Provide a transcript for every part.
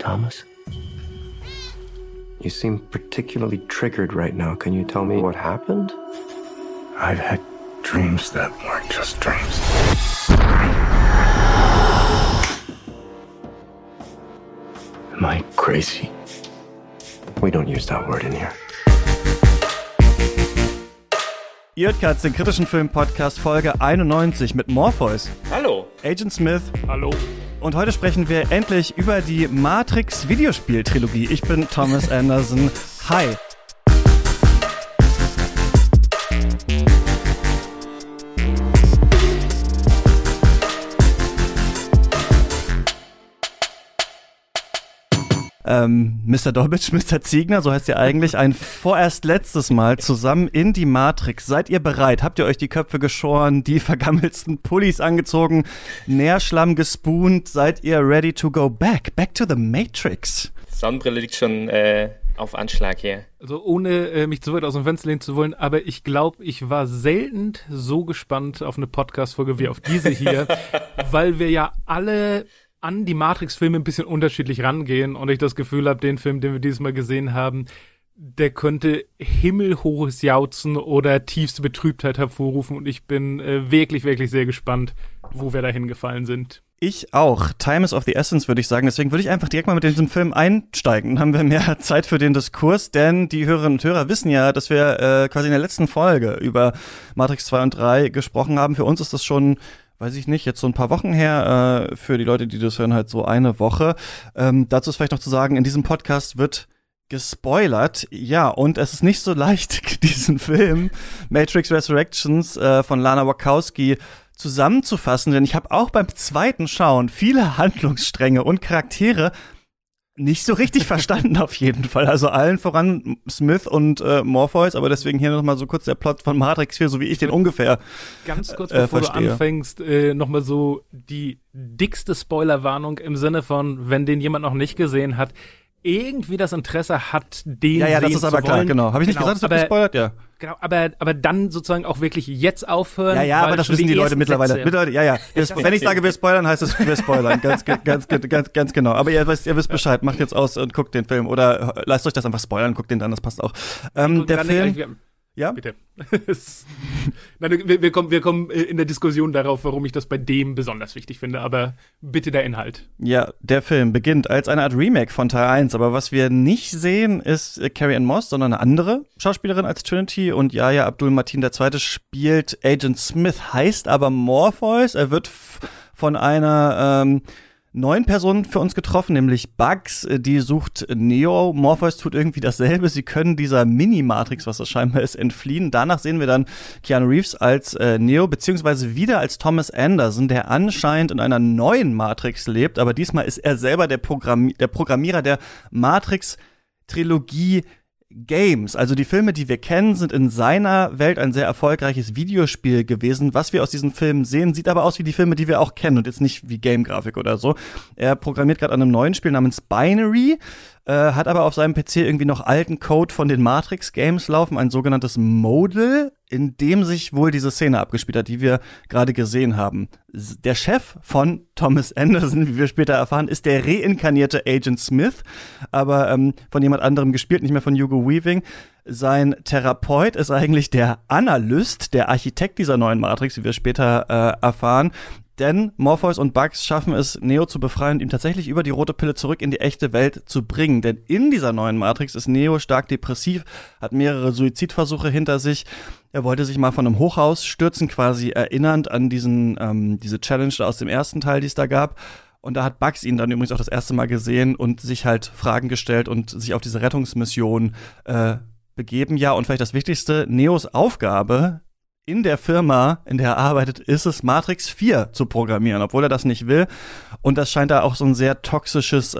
Thomas? You seem particularly triggered right now. Can you tell me what happened? I've had dreams that weren't just dreams. Am I crazy? We don't use that word in here. Ihr hört gerade den kritischen Film-Podcast Folge 91 mit Morpheus. Hallo. Agent Smith. Hallo. Und heute sprechen wir endlich über die Matrix-Videospiel-Trilogie. Ich bin Thomas Anderson. Hi. Mr. Dobbitsch, Mr. Ziegner, so heißt ihr eigentlich, ein vorerst letztes Mal zusammen in die Matrix. Seid ihr bereit? Habt ihr euch die Köpfe geschoren, die vergammelsten Pullis angezogen, Nährschlamm gespoont? Seid ihr ready to go back? Back to the Matrix? Sonnenbrille liegt schon auf Anschlag hier. Also ohne mich zu weit aus dem Fenster lehnen zu wollen, aber ich glaube, ich war selten so gespannt auf eine Podcast-Folge wie auf diese hier, weil wir ja alle an die Matrix-Filme ein bisschen unterschiedlich rangehen und ich das Gefühl habe, den Film, den wir dieses Mal gesehen haben, der könnte himmelhohes Jauchzen oder tiefste Betrübtheit hervorrufen und ich bin wirklich, wirklich sehr gespannt, wo wir da hingefallen sind. Ich auch. Time is of the essence, würde ich sagen. Deswegen würde ich einfach direkt mal mit diesem Film einsteigen. Dann haben wir mehr Zeit für den Diskurs, denn die Hörerinnen und Hörer wissen ja, dass wir quasi in der letzten Folge über Matrix 2 und 3 gesprochen haben. Für uns ist das schon, weiß ich nicht, jetzt so ein paar Wochen her, für die Leute, die das hören, halt so eine Woche. Dazu ist vielleicht noch zu sagen, in diesem Podcast wird gespoilert. Ja, und es ist nicht so leicht, diesen Film Matrix Resurrections von Lana Wachowski zusammenzufassen, denn ich habe auch beim zweiten Schauen viele Handlungsstränge und Charaktere nicht so richtig verstanden auf jeden Fall. Also allen voran Smith und Morpheus, aber deswegen hier nochmal so kurz der Plot von Matrix 4, so wie ich den ungefähr ganz kurz, bevor verstehe. Du anfängst, nochmal so die dickste Spoilerwarnung im Sinne von, wenn den jemand noch nicht gesehen hat, irgendwie das Interesse hat, den ja, sehen das ist aber zu klar, wollen. genau. Habe ich nicht gesagt, es wird gespoilert? Ja. Genau, aber dann sozusagen auch wirklich jetzt aufhören. Ja, aber das wissen die Leute mittlerweile. Ja. Wenn ich sage, wir spoilern, heißt es, wir spoilern. Ganz genau. Aber ihr wisst Bescheid. Macht jetzt aus und guckt den Film. Oder lasst euch das einfach spoilern, guckt den dann, das passt auch. Der Film. Ja? Bitte. Nein, wir kommen in der Diskussion darauf, warum ich das bei dem besonders wichtig finde, aber bitte der Inhalt. Ja, der Film beginnt als eine Art Remake von Teil 1, aber was wir nicht sehen, ist Carrie-Anne Moss, sondern eine andere Schauspielerin als Trinity und Yahya Abdul-Mateen II. Spielt Agent Smith, heißt aber Morpheus. Er wird von einer neuen Personen für uns getroffen, nämlich Bugs, die sucht Neo. Morpheus tut irgendwie dasselbe. Sie können dieser Mini-Matrix, was das scheinbar ist, entfliehen. Danach sehen wir dann Keanu Reeves als Neo, beziehungsweise wieder als Thomas Anderson, der anscheinend in einer neuen Matrix lebt, aber diesmal ist er selber der Programmierer der Matrix-Trilogie Games. Also die Filme, die wir kennen, sind in seiner Welt ein sehr erfolgreiches Videospiel gewesen. Was wir aus diesen Filmen sehen, sieht aber aus wie die Filme, die wir auch kennen und jetzt nicht wie Game-Grafik oder so. Er programmiert gerade an einem neuen Spiel namens Binary, hat aber auf seinem PC irgendwie noch alten Code von den Matrix-Games laufen, ein sogenanntes Modal, in dem sich wohl diese Szene abgespielt hat, die wir gerade gesehen haben. Der Chef von Thomas Anderson, wie wir später erfahren, ist der reinkarnierte Agent Smith, aber von jemand anderem gespielt, nicht mehr von Hugo Weaving. Sein Therapeut ist eigentlich der Analyst, der Architekt dieser neuen Matrix, wie wir später erfahren. Denn Morpheus und Bugs schaffen es, Neo zu befreien und ihm tatsächlich über die rote Pille zurück in die echte Welt zu bringen. Denn in dieser neuen Matrix ist Neo stark depressiv, hat mehrere Suizidversuche hinter sich. Er wollte sich mal von einem Hochhaus stürzen, quasi erinnernd an diese Challenge aus dem ersten Teil, die es da gab. Und da hat Bugs ihn dann übrigens auch das erste Mal gesehen und sich halt Fragen gestellt und sich auf diese Rettungsmission begeben. Ja, und vielleicht das Wichtigste, Neos Aufgabe in der Firma, in der er arbeitet, ist es, Matrix 4 zu programmieren, obwohl er das nicht will. Und das scheint da auch so ein sehr toxisches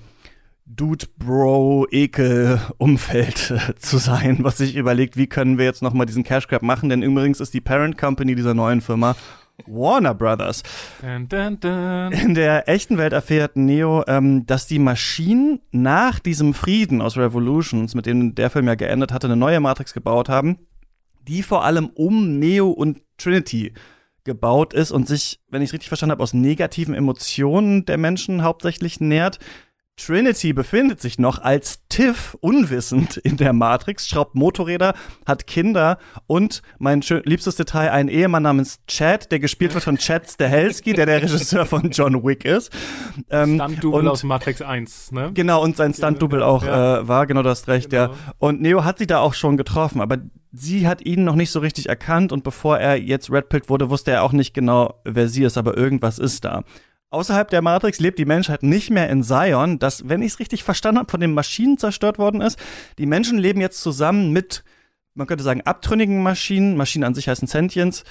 Dude-Bro-Ekel-Umfeld zu sein, was sich überlegt, wie können wir jetzt nochmal diesen Cash Grab machen, denn übrigens ist die Parent Company dieser neuen Firma Warner Brothers. Dun, dun, dun. In der echten Welt erfährt Neo, dass die Maschinen nach diesem Frieden aus Revolutions, mit dem der Film ja geendet hatte, eine neue Matrix gebaut haben, die vor allem um Neo und Trinity gebaut ist und sich, wenn ich es richtig verstanden habe, aus negativen Emotionen der Menschen hauptsächlich nährt. Trinity befindet sich noch als Tiff unwissend in der Matrix, schraubt Motorräder, hat Kinder und mein liebstes Detail, ein Ehemann namens Chad, der gespielt wird von Chad Stahelski, der Regisseur von John Wick ist. Stunt-Double aus Matrix 1, ne? Genau, und sein Stunt-Double auch war, genau, du hast recht, genau. Ja. Und Neo hat sie da auch schon getroffen, aber sie hat ihn noch nicht so richtig erkannt und bevor er jetzt Red-Pilled wurde, wusste er auch nicht genau, wer sie ist, aber irgendwas ist da. Außerhalb der Matrix lebt die Menschheit nicht mehr in Zion, das, wenn ich es richtig verstanden habe, von den Maschinen zerstört worden ist. Die Menschen leben jetzt zusammen mit, man könnte sagen, abtrünnigen Maschinen. Maschinen an sich heißen Sentients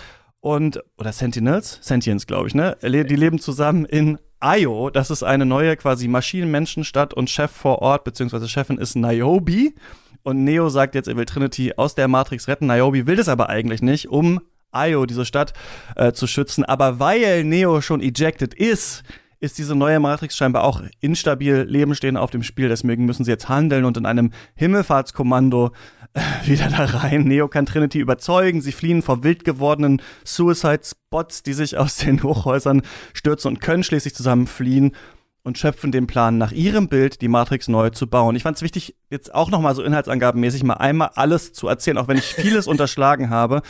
oder Sentinels? Sentients, glaube ich, ne? Die leben zusammen in Io. Das ist eine neue quasi Maschinen-Menschenstadt und Chef vor Ort, beziehungsweise Chefin ist Niobe. Und Neo sagt jetzt, er will Trinity aus der Matrix retten. Niobe will das aber eigentlich nicht, um Io, diese Stadt, zu schützen. Aber weil Neo schon ejected ist diese neue Matrix scheinbar auch instabil. Leben stehen auf dem Spiel, deswegen müssen sie jetzt handeln und in einem Himmelfahrtskommando wieder da rein. Neo kann Trinity überzeugen. Sie fliehen vor wild gewordenen Suicide-Spots, die sich aus den Hochhäusern stürzen und können schließlich zusammen fliehen und schöpfen den Plan, nach ihrem Bild die Matrix neu zu bauen. Ich fand es wichtig, jetzt auch noch mal so inhaltsangabenmäßig mal einmal alles zu erzählen, auch wenn ich vieles unterschlagen habe.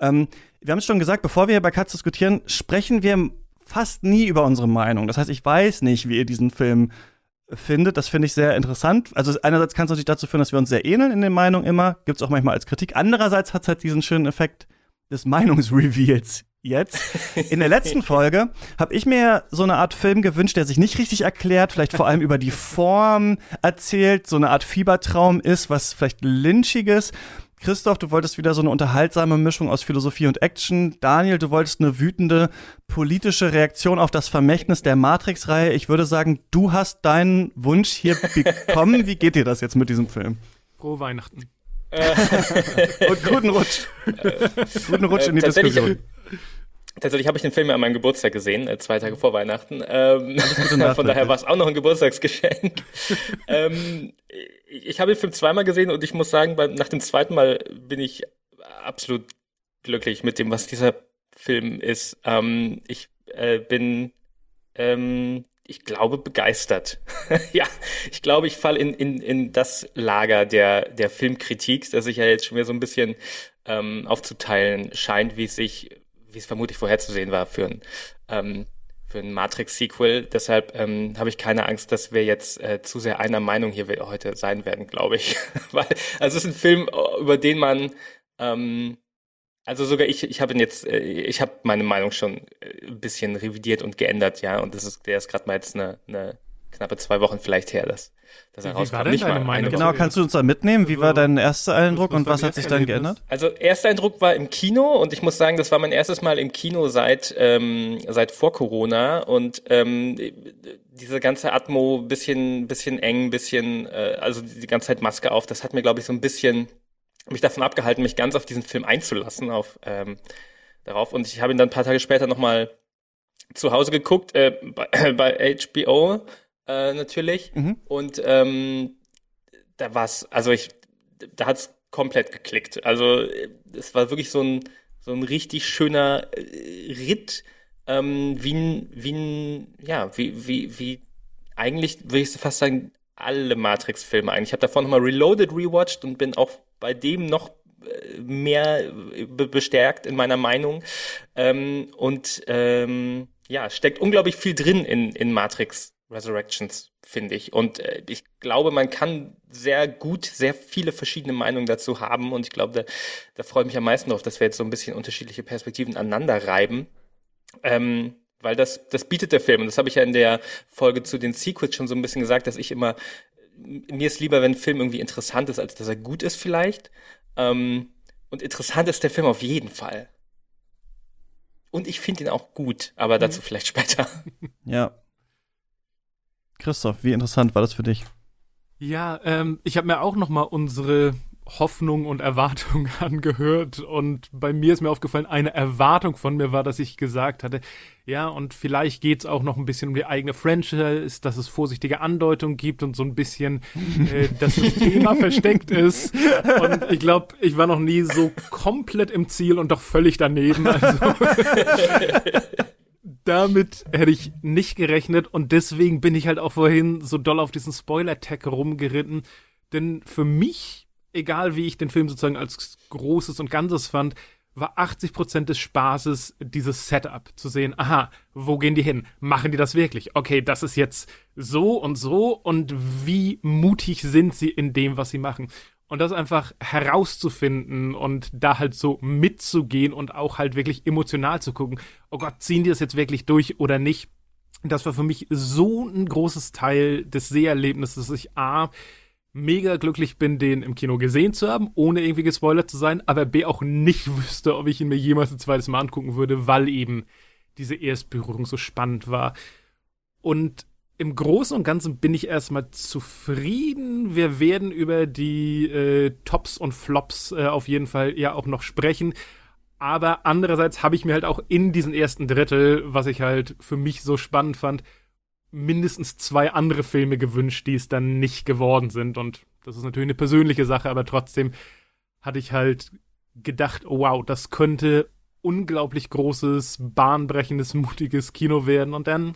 Wir haben es schon gesagt, bevor wir hier bei Katz diskutieren, sprechen wir fast nie über unsere Meinung. Das heißt, ich weiß nicht, wie ihr diesen Film findet. Das finde ich sehr interessant. Also einerseits kann es natürlich dazu führen, dass wir uns sehr ähneln in den Meinungen immer. Gibt es auch manchmal als Kritik. Andererseits hat es halt diesen schönen Effekt des Meinungsreveals. Jetzt. In der letzten Folge habe ich mir so eine Art Film gewünscht, der sich nicht richtig erklärt, vielleicht vor allem über die Form erzählt, so eine Art Fiebertraum ist, was vielleicht Lynchiges. Christoph, du wolltest wieder so eine unterhaltsame Mischung aus Philosophie und Action. Daniel, du wolltest eine wütende politische Reaktion auf das Vermächtnis der Matrix-Reihe. Ich würde sagen, du hast deinen Wunsch hier bekommen. Wie geht dir das jetzt mit diesem Film? Frohe Weihnachten. Und guten Rutsch. Guten Rutsch in die Diskussion. Tatsächlich habe ich den Film ja an meinem Geburtstag gesehen, 2 Tage vor Weihnachten. Von daher war es auch noch ein Geburtstagsgeschenk. Ich habe den Film zweimal gesehen und ich muss sagen, nach dem zweiten Mal bin ich absolut glücklich mit dem, was dieser Film ist. Ich glaube, begeistert. Ja, ich glaube, ich falle in das Lager der Filmkritik, das sich ja jetzt schon wieder so ein bisschen aufzuteilen scheint, wie es vermutlich vorherzusehen war für ein Matrix-Sequel. Deshalb habe ich keine Angst, dass wir jetzt zu sehr einer Meinung hier heute sein werden, glaube ich. Also es ist ein Film, über den man also sogar ich habe meine Meinung schon ein bisschen revidiert und geändert, ja. Und der ist gerade mal jetzt eine knappe 2 Wochen vielleicht her, dass er rauskam. War denn deine Meinung? Genau, kannst du uns da mitnehmen? Wie war dein erster Eindruck und was hat sich dann geändert? Also erster Eindruck war im Kino und ich muss sagen, das war mein erstes Mal im Kino seit vor Corona und diese ganze Atmo, bisschen eng, also die ganze Zeit Maske auf, das hat mir, glaube ich, so ein bisschen mich davon abgehalten, mich ganz auf diesen Film einzulassen, darauf. Und ich habe ihn dann ein paar Tage später nochmal zu Hause geguckt, bei HBO natürlich. Mhm. Und da hat's komplett geklickt. Also es war wirklich so ein richtig schöner Ritt, wie eigentlich würde ich fast sagen, alle Matrix-Filme eigentlich. Ich habe davor nochmal Reloaded rewatcht und bin auch bei dem noch mehr bestärkt in meiner Meinung. Steckt unglaublich viel drin in Matrix Resurrections, finde ich. Und ich glaube, man kann sehr viele verschiedene Meinungen dazu haben. Und ich glaube, da freue ich mich am meisten drauf, dass wir jetzt so ein bisschen unterschiedliche Perspektiven aneinander reiben. Weil das bietet der Film. Und das habe ich ja in der Folge zu den Sequels schon so ein bisschen gesagt, dass mir ist lieber, wenn ein Film irgendwie interessant ist, als dass er gut ist vielleicht. Und interessant ist der Film auf jeden Fall. Und ich finde ihn auch gut, aber dazu vielleicht später. Ja. Christoph, wie interessant war das für dich? Ja, ich habe mir auch noch mal unsere Hoffnung und Erwartung angehört und bei mir ist mir aufgefallen, eine Erwartung von mir war, dass ich gesagt hatte, ja, und vielleicht geht's auch noch ein bisschen um die eigene Franchise, dass es vorsichtige Andeutungen gibt und so ein bisschen, dass das Thema versteckt ist. Und ich glaube, ich war noch nie so komplett im Ziel und doch völlig daneben. Also damit hätte ich nicht gerechnet und deswegen bin ich halt auch vorhin so doll auf diesen Spoiler-Tag rumgeritten. Denn für mich, egal wie ich den Film sozusagen als Großes und Ganzes fand, war 80% des Spaßes dieses Setup zu sehen. Aha, wo gehen die hin? Machen die das wirklich? Okay, das ist jetzt so und wie mutig sind sie in dem, was sie machen? Und das einfach herauszufinden und da halt so mitzugehen und auch halt wirklich emotional zu gucken. Oh Gott, ziehen die das jetzt wirklich durch oder nicht? Das war für mich so ein großes Teil des Seherlebnisses, dass ich mega glücklich bin, den im Kino gesehen zu haben, ohne irgendwie gespoilert zu sein, aber B auch nicht wüsste, ob ich ihn mir jemals ein zweites Mal angucken würde, weil eben diese Erstberührung so spannend war. Und im Großen und Ganzen bin ich erstmal zufrieden. Wir werden über die Tops und Flops auf jeden Fall ja auch noch sprechen. Aber andererseits habe ich mir halt auch in diesem ersten Drittel, was ich halt für mich so spannend fand, mindestens 2 andere Filme gewünscht, die es dann nicht geworden sind. Und das ist natürlich eine persönliche Sache, aber trotzdem hatte ich halt gedacht, oh wow, das könnte unglaublich großes, bahnbrechendes, mutiges Kino werden. Und dann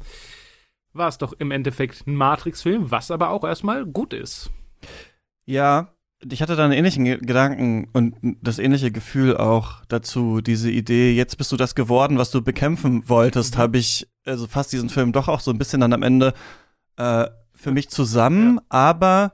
war es doch im Endeffekt ein Matrix-Film, was aber auch erstmal gut ist. Ja, ich hatte da einen ähnlichen Gedanken und das ähnliche Gefühl auch dazu, diese Idee, jetzt bist du das geworden, was du bekämpfen wolltest, habe ich also fast diesen Film doch auch so ein bisschen dann am Ende für mich zusammen, aber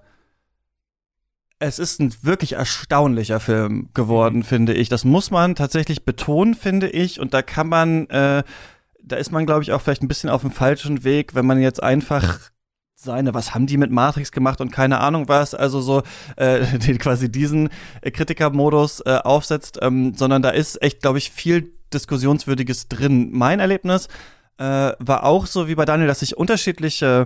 es ist ein wirklich erstaunlicher Film geworden, finde ich. Das muss man tatsächlich betonen, finde ich, und da kann man, da ist man, glaube ich, auch vielleicht ein bisschen auf dem falschen Weg, wenn man jetzt einfach was haben die mit Matrix gemacht und keine Ahnung was, also so quasi diesen Kritikermodus aufsetzt, sondern da ist echt, glaube ich, viel Diskussionswürdiges drin. Mein Erlebnis war auch so wie bei Daniel, dass ich unterschiedliche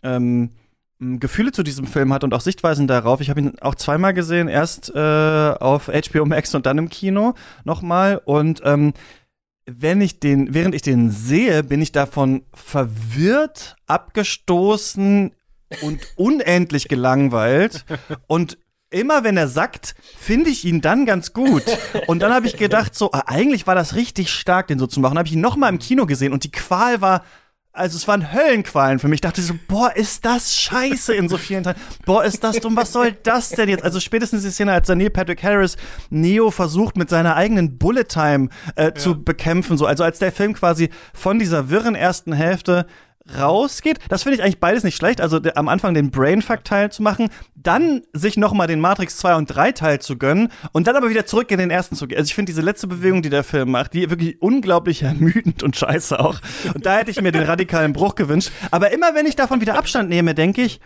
Gefühle zu diesem Film hatte und auch Sichtweisen darauf. Ich habe ihn auch zweimal gesehen, erst auf HBO Max und dann im Kino nochmal und während ich den sehe, bin ich davon verwirrt, abgestoßen und unendlich gelangweilt. Und immer wenn er sagt, finde ich ihn dann ganz gut. Und dann habe ich gedacht, so, eigentlich war das richtig stark, den so zu machen. Habe ich ihn noch mal im Kino gesehen und die Qual war, also es waren Höllenqualen für mich. Ich dachte so, boah, ist das scheiße in so vielen Teilen. Boah, ist das dumm, was soll das denn jetzt? Also spätestens die Szene, als Neil Patrick Harris Neo versucht, mit seiner eigenen Bullet Time zu bekämpfen. So. Also als der Film quasi von dieser wirren ersten Hälfte rausgeht, das finde ich eigentlich beides nicht schlecht. Also am Anfang den Brainfuck-Teil zu machen, dann sich noch mal den Matrix 2 und 3 Teil zu gönnen und dann aber wieder zurück in den ersten zu gehen. Also ich finde diese letzte Bewegung, die der Film macht, die wirklich unglaublich ermüdend und scheiße auch. Und da hätte ich mir den radikalen Bruch gewünscht. Aber immer wenn ich davon wieder Abstand nehme, denke ich,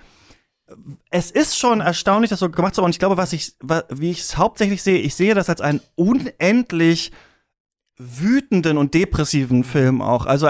es ist schon erstaunlich, das so gemacht zu haben. Und ich glaube, wie ich es hauptsächlich sehe, ich sehe das als einen unendlich wütenden und depressiven Film auch. Also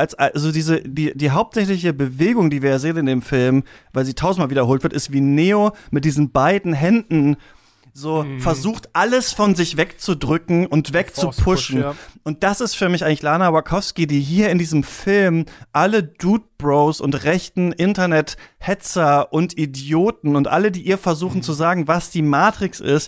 die hauptsächliche Bewegung, die wir ja sehen in dem Film, weil sie tausendmal wiederholt wird, ist wie Neo mit diesen beiden Händen so versucht, alles von sich wegzudrücken und wegzupushen. Ja. Und das ist für mich eigentlich Lana Wachowski, die hier in diesem Film alle Dude-Bros und rechten Internet-Hetzer und Idioten und alle, die ihr versuchen zu sagen, was die Matrix ist,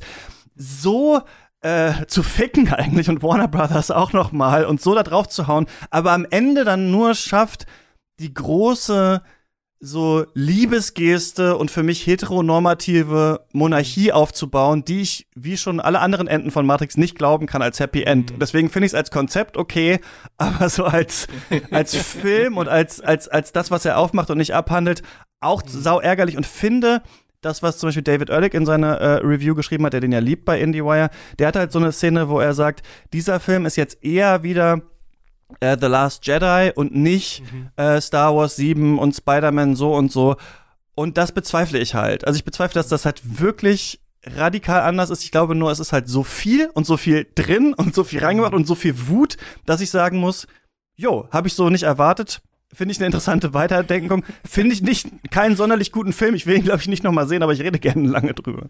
so zu ficken eigentlich und Warner Brothers auch noch mal und so da drauf zu hauen, aber am Ende dann nur schafft, die große so Liebesgeste und für mich heteronormative Monarchie aufzubauen, die ich, wie schon alle anderen Enden von Matrix, nicht glauben kann als Happy End. Deswegen finde ich es als Konzept okay, aber so als Film und als das, was er aufmacht und nicht abhandelt, auch sau ärgerlich und finde, das, was zum Beispiel David Ehrlich in seiner Review geschrieben hat, der den ja liebt bei IndieWire, der hat halt so eine Szene, wo er sagt, dieser Film ist jetzt eher wieder The Last Jedi und nicht Star Wars 7 und Spider-Man so und so. Und das bezweifle ich halt. Also ich bezweifle, dass das halt wirklich radikal anders ist. Ich glaube nur, es ist halt so viel und so viel drin und so viel reingemacht und so viel Wut, dass ich sagen muss, habe ich so nicht erwartet. Finde ich eine interessante Weiterdenkung. Finde ich keinen sonderlich guten Film. Ich will ihn, glaube ich, nicht noch mal sehen, aber ich rede gerne lange drüber.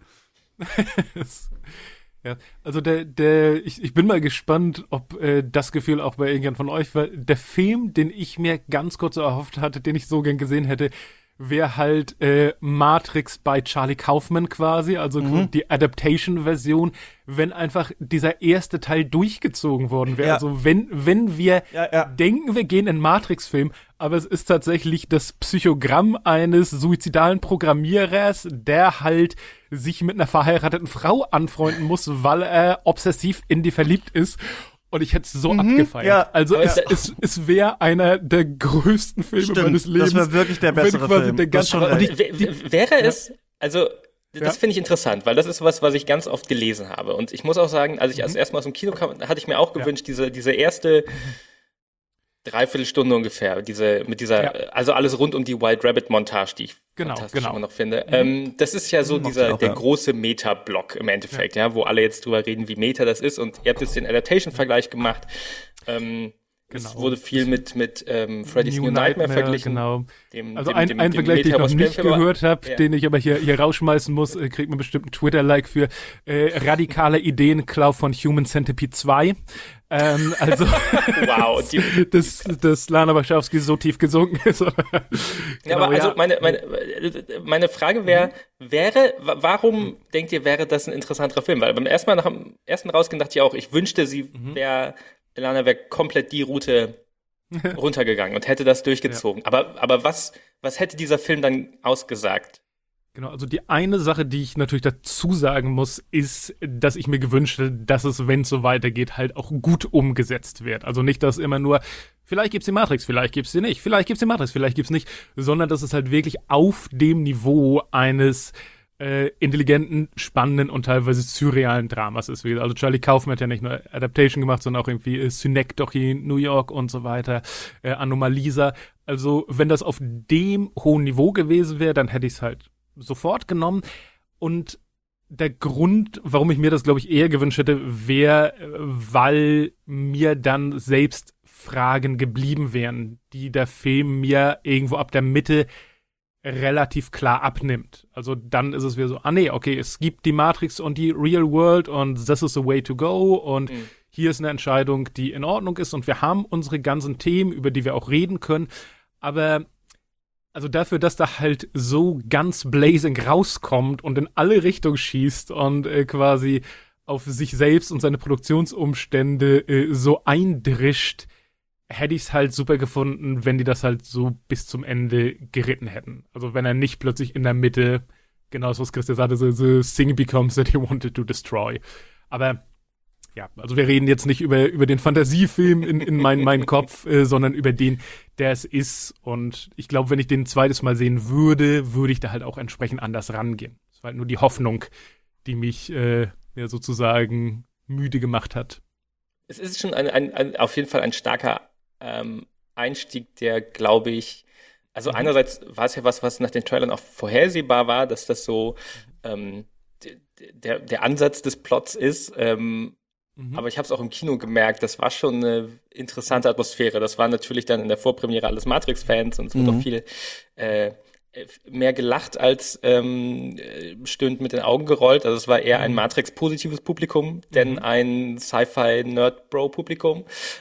Ja, also ich bin mal gespannt, ob das Gefühl auch bei irgendjemand von euch war. Der Film, den ich mir ganz kurz erhofft hatte, den ich so gern gesehen hätte, wäre halt Matrix bei Charlie Kaufman quasi, also die Adaptation-Version, wenn einfach dieser erste Teil durchgezogen worden wäre. Ja. Also wenn wir denken, wir gehen in Matrix-Film, aber es ist tatsächlich das Psychogramm eines suizidalen Programmierers, der halt sich mit einer verheirateten Frau anfreunden muss, weil er obsessiv in die verliebt ist. Und ich hätte es so abgefeiert. Ja, also es wäre einer der größten Filme meines Lebens. Das wäre wirklich der bessere Film. Wäre es, also das finde ich interessant, weil das ist was ich ganz oft gelesen habe. Und ich muss auch sagen, als ich erst erstmal aus dem Kino kam, hatte ich mir auch gewünscht, diese erste Dreiviertelstunde ungefähr, also alles rund um die Wild Rabbit Montage, die ich fantastisch immer noch finde. Das ist ja so der große Meta-Block im Endeffekt, wo alle jetzt drüber reden, wie Meta das ist. Und ihr habt jetzt den Adaptation-Vergleich gemacht. Es wurde viel mit Freddy's New Nightmare verglichen. Genau. Ein Vergleich, den ich noch nicht gehört habe, den ich aber hier rausschmeißen muss, kriegt man bestimmt einen Twitter-Like für radikale Ideenklau von Human Centipede 2. Wow, dass Lana Wachowski so tief gesunken ist. Meine Frage wäre, warum denkt ihr, wäre das ein interessanterer Film? Weil beim ersten Mal nach dem ersten Rausgehen dachte ich auch, ich wünschte, Lana wäre komplett die Route runtergegangen und hätte das durchgezogen. Ja. Aber was hätte dieser Film dann ausgesagt? Genau, also die eine Sache, die ich natürlich dazu sagen muss, ist, dass ich mir gewünscht hätte, dass es, wenn es so weitergeht, halt auch gut umgesetzt wird. Also nicht, dass immer nur, vielleicht gibt's die Matrix, vielleicht gibt's sie nicht, vielleicht gibt's die Matrix, vielleicht gibt's nicht, sondern dass es halt wirklich auf dem Niveau eines intelligenten, spannenden und teilweise surrealen Dramas ist. Also Charlie Kaufman hat ja nicht nur Adaptation gemacht, sondern auch irgendwie Synecdoche, New York und so weiter, Anomalisa. Also wenn das auf dem hohen Niveau gewesen wäre, dann hätte ich es halt sofort genommen. Und der Grund, warum ich mir das, glaube ich, eher gewünscht hätte, wäre, weil mir dann selbst Fragen geblieben wären, die der Film mir irgendwo ab der Mitte relativ klar abnimmt. Also dann ist es wieder so, es gibt die Matrix und die Real World und this is the way to go und hier ist eine Entscheidung, die in Ordnung ist und wir haben unsere ganzen Themen, über die wir auch reden können, aber also dafür, dass da halt so ganz blazing rauskommt und in alle Richtungen schießt und quasi auf sich selbst und seine Produktionsumstände so eindrischt, hätte ich es halt super gefunden, wenn die das halt so bis zum Ende geritten hätten. Also wenn er nicht plötzlich in der Mitte, genau das, was Christian sagte, so the thing becomes that he wanted to destroy. Aber ja, also wir reden jetzt nicht über den Fantasiefilm in meinen Kopf, sondern über den, der es ist. Und ich glaube, wenn ich den ein zweites Mal sehen würde ich da halt auch entsprechend anders rangehen. Das war halt nur die Hoffnung, die mich sozusagen müde gemacht hat. Es ist schon auf jeden Fall ein starker Einstieg, der, glaube ich, also einerseits war es ja was nach den Trailern auch vorhersehbar war, dass das so der Ansatz des Plots ist, aber ich habe es auch im Kino gemerkt, das war schon eine interessante Atmosphäre. Das war natürlich dann in der Vorpremiere alles Matrix-Fans und es wurde auch viel mehr gelacht als stöhnend mit den Augen gerollt. Also es war eher ein Matrix-positives Publikum, denn ein Sci-Fi-Nerd-Bro-Publikum.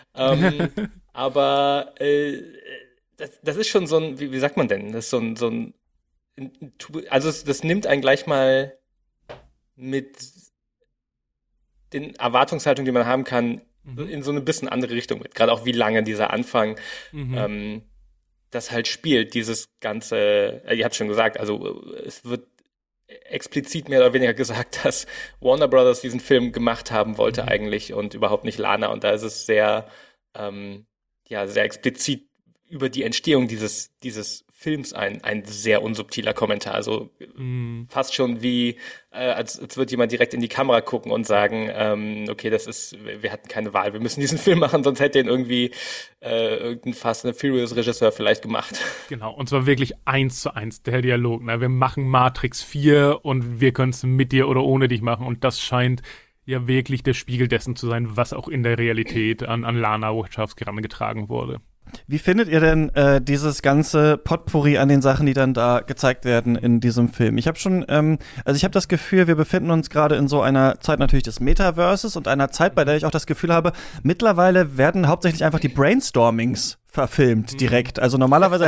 Aber das ist schon so ein, wie sagt man denn? Das ist so ein also das nimmt einen gleich mal mit den Erwartungshaltungen, die man haben kann, in so eine bisschen andere Richtung mit. Gerade auch wie lange dieser Anfang das halt spielt, dieses ganze, ihr habt schon gesagt, also es wird explizit mehr oder weniger gesagt, dass Warner Brothers diesen Film gemacht haben wollte eigentlich und überhaupt nicht Lana. Und da ist es sehr, sehr explizit über die Entstehung dieses Films ein sehr unsubtiler Kommentar. Also fast schon wie, als würde jemand direkt in die Kamera gucken und sagen, okay, wir hatten keine Wahl, wir müssen diesen Film machen, sonst hätte ihn irgendwie irgendein Fast and Furious Regisseur vielleicht gemacht. Genau, und zwar wirklich 1:1 der Dialog. Ne? Wir machen Matrix 4 und wir können es mit dir oder ohne dich machen und das scheint ja wirklich der Spiegel dessen zu sein, was auch in der Realität an Lana Wachowski herangetragen wurde. Wie findet ihr denn dieses ganze Potpourri an den Sachen, die dann da gezeigt werden in diesem Film? Ich habe schon, ich habe das Gefühl, wir befinden uns gerade in so einer Zeit natürlich des Metaverses und einer Zeit, bei der ich auch das Gefühl habe, mittlerweile werden hauptsächlich einfach die Brainstormings verfilmt direkt. Also normalerweise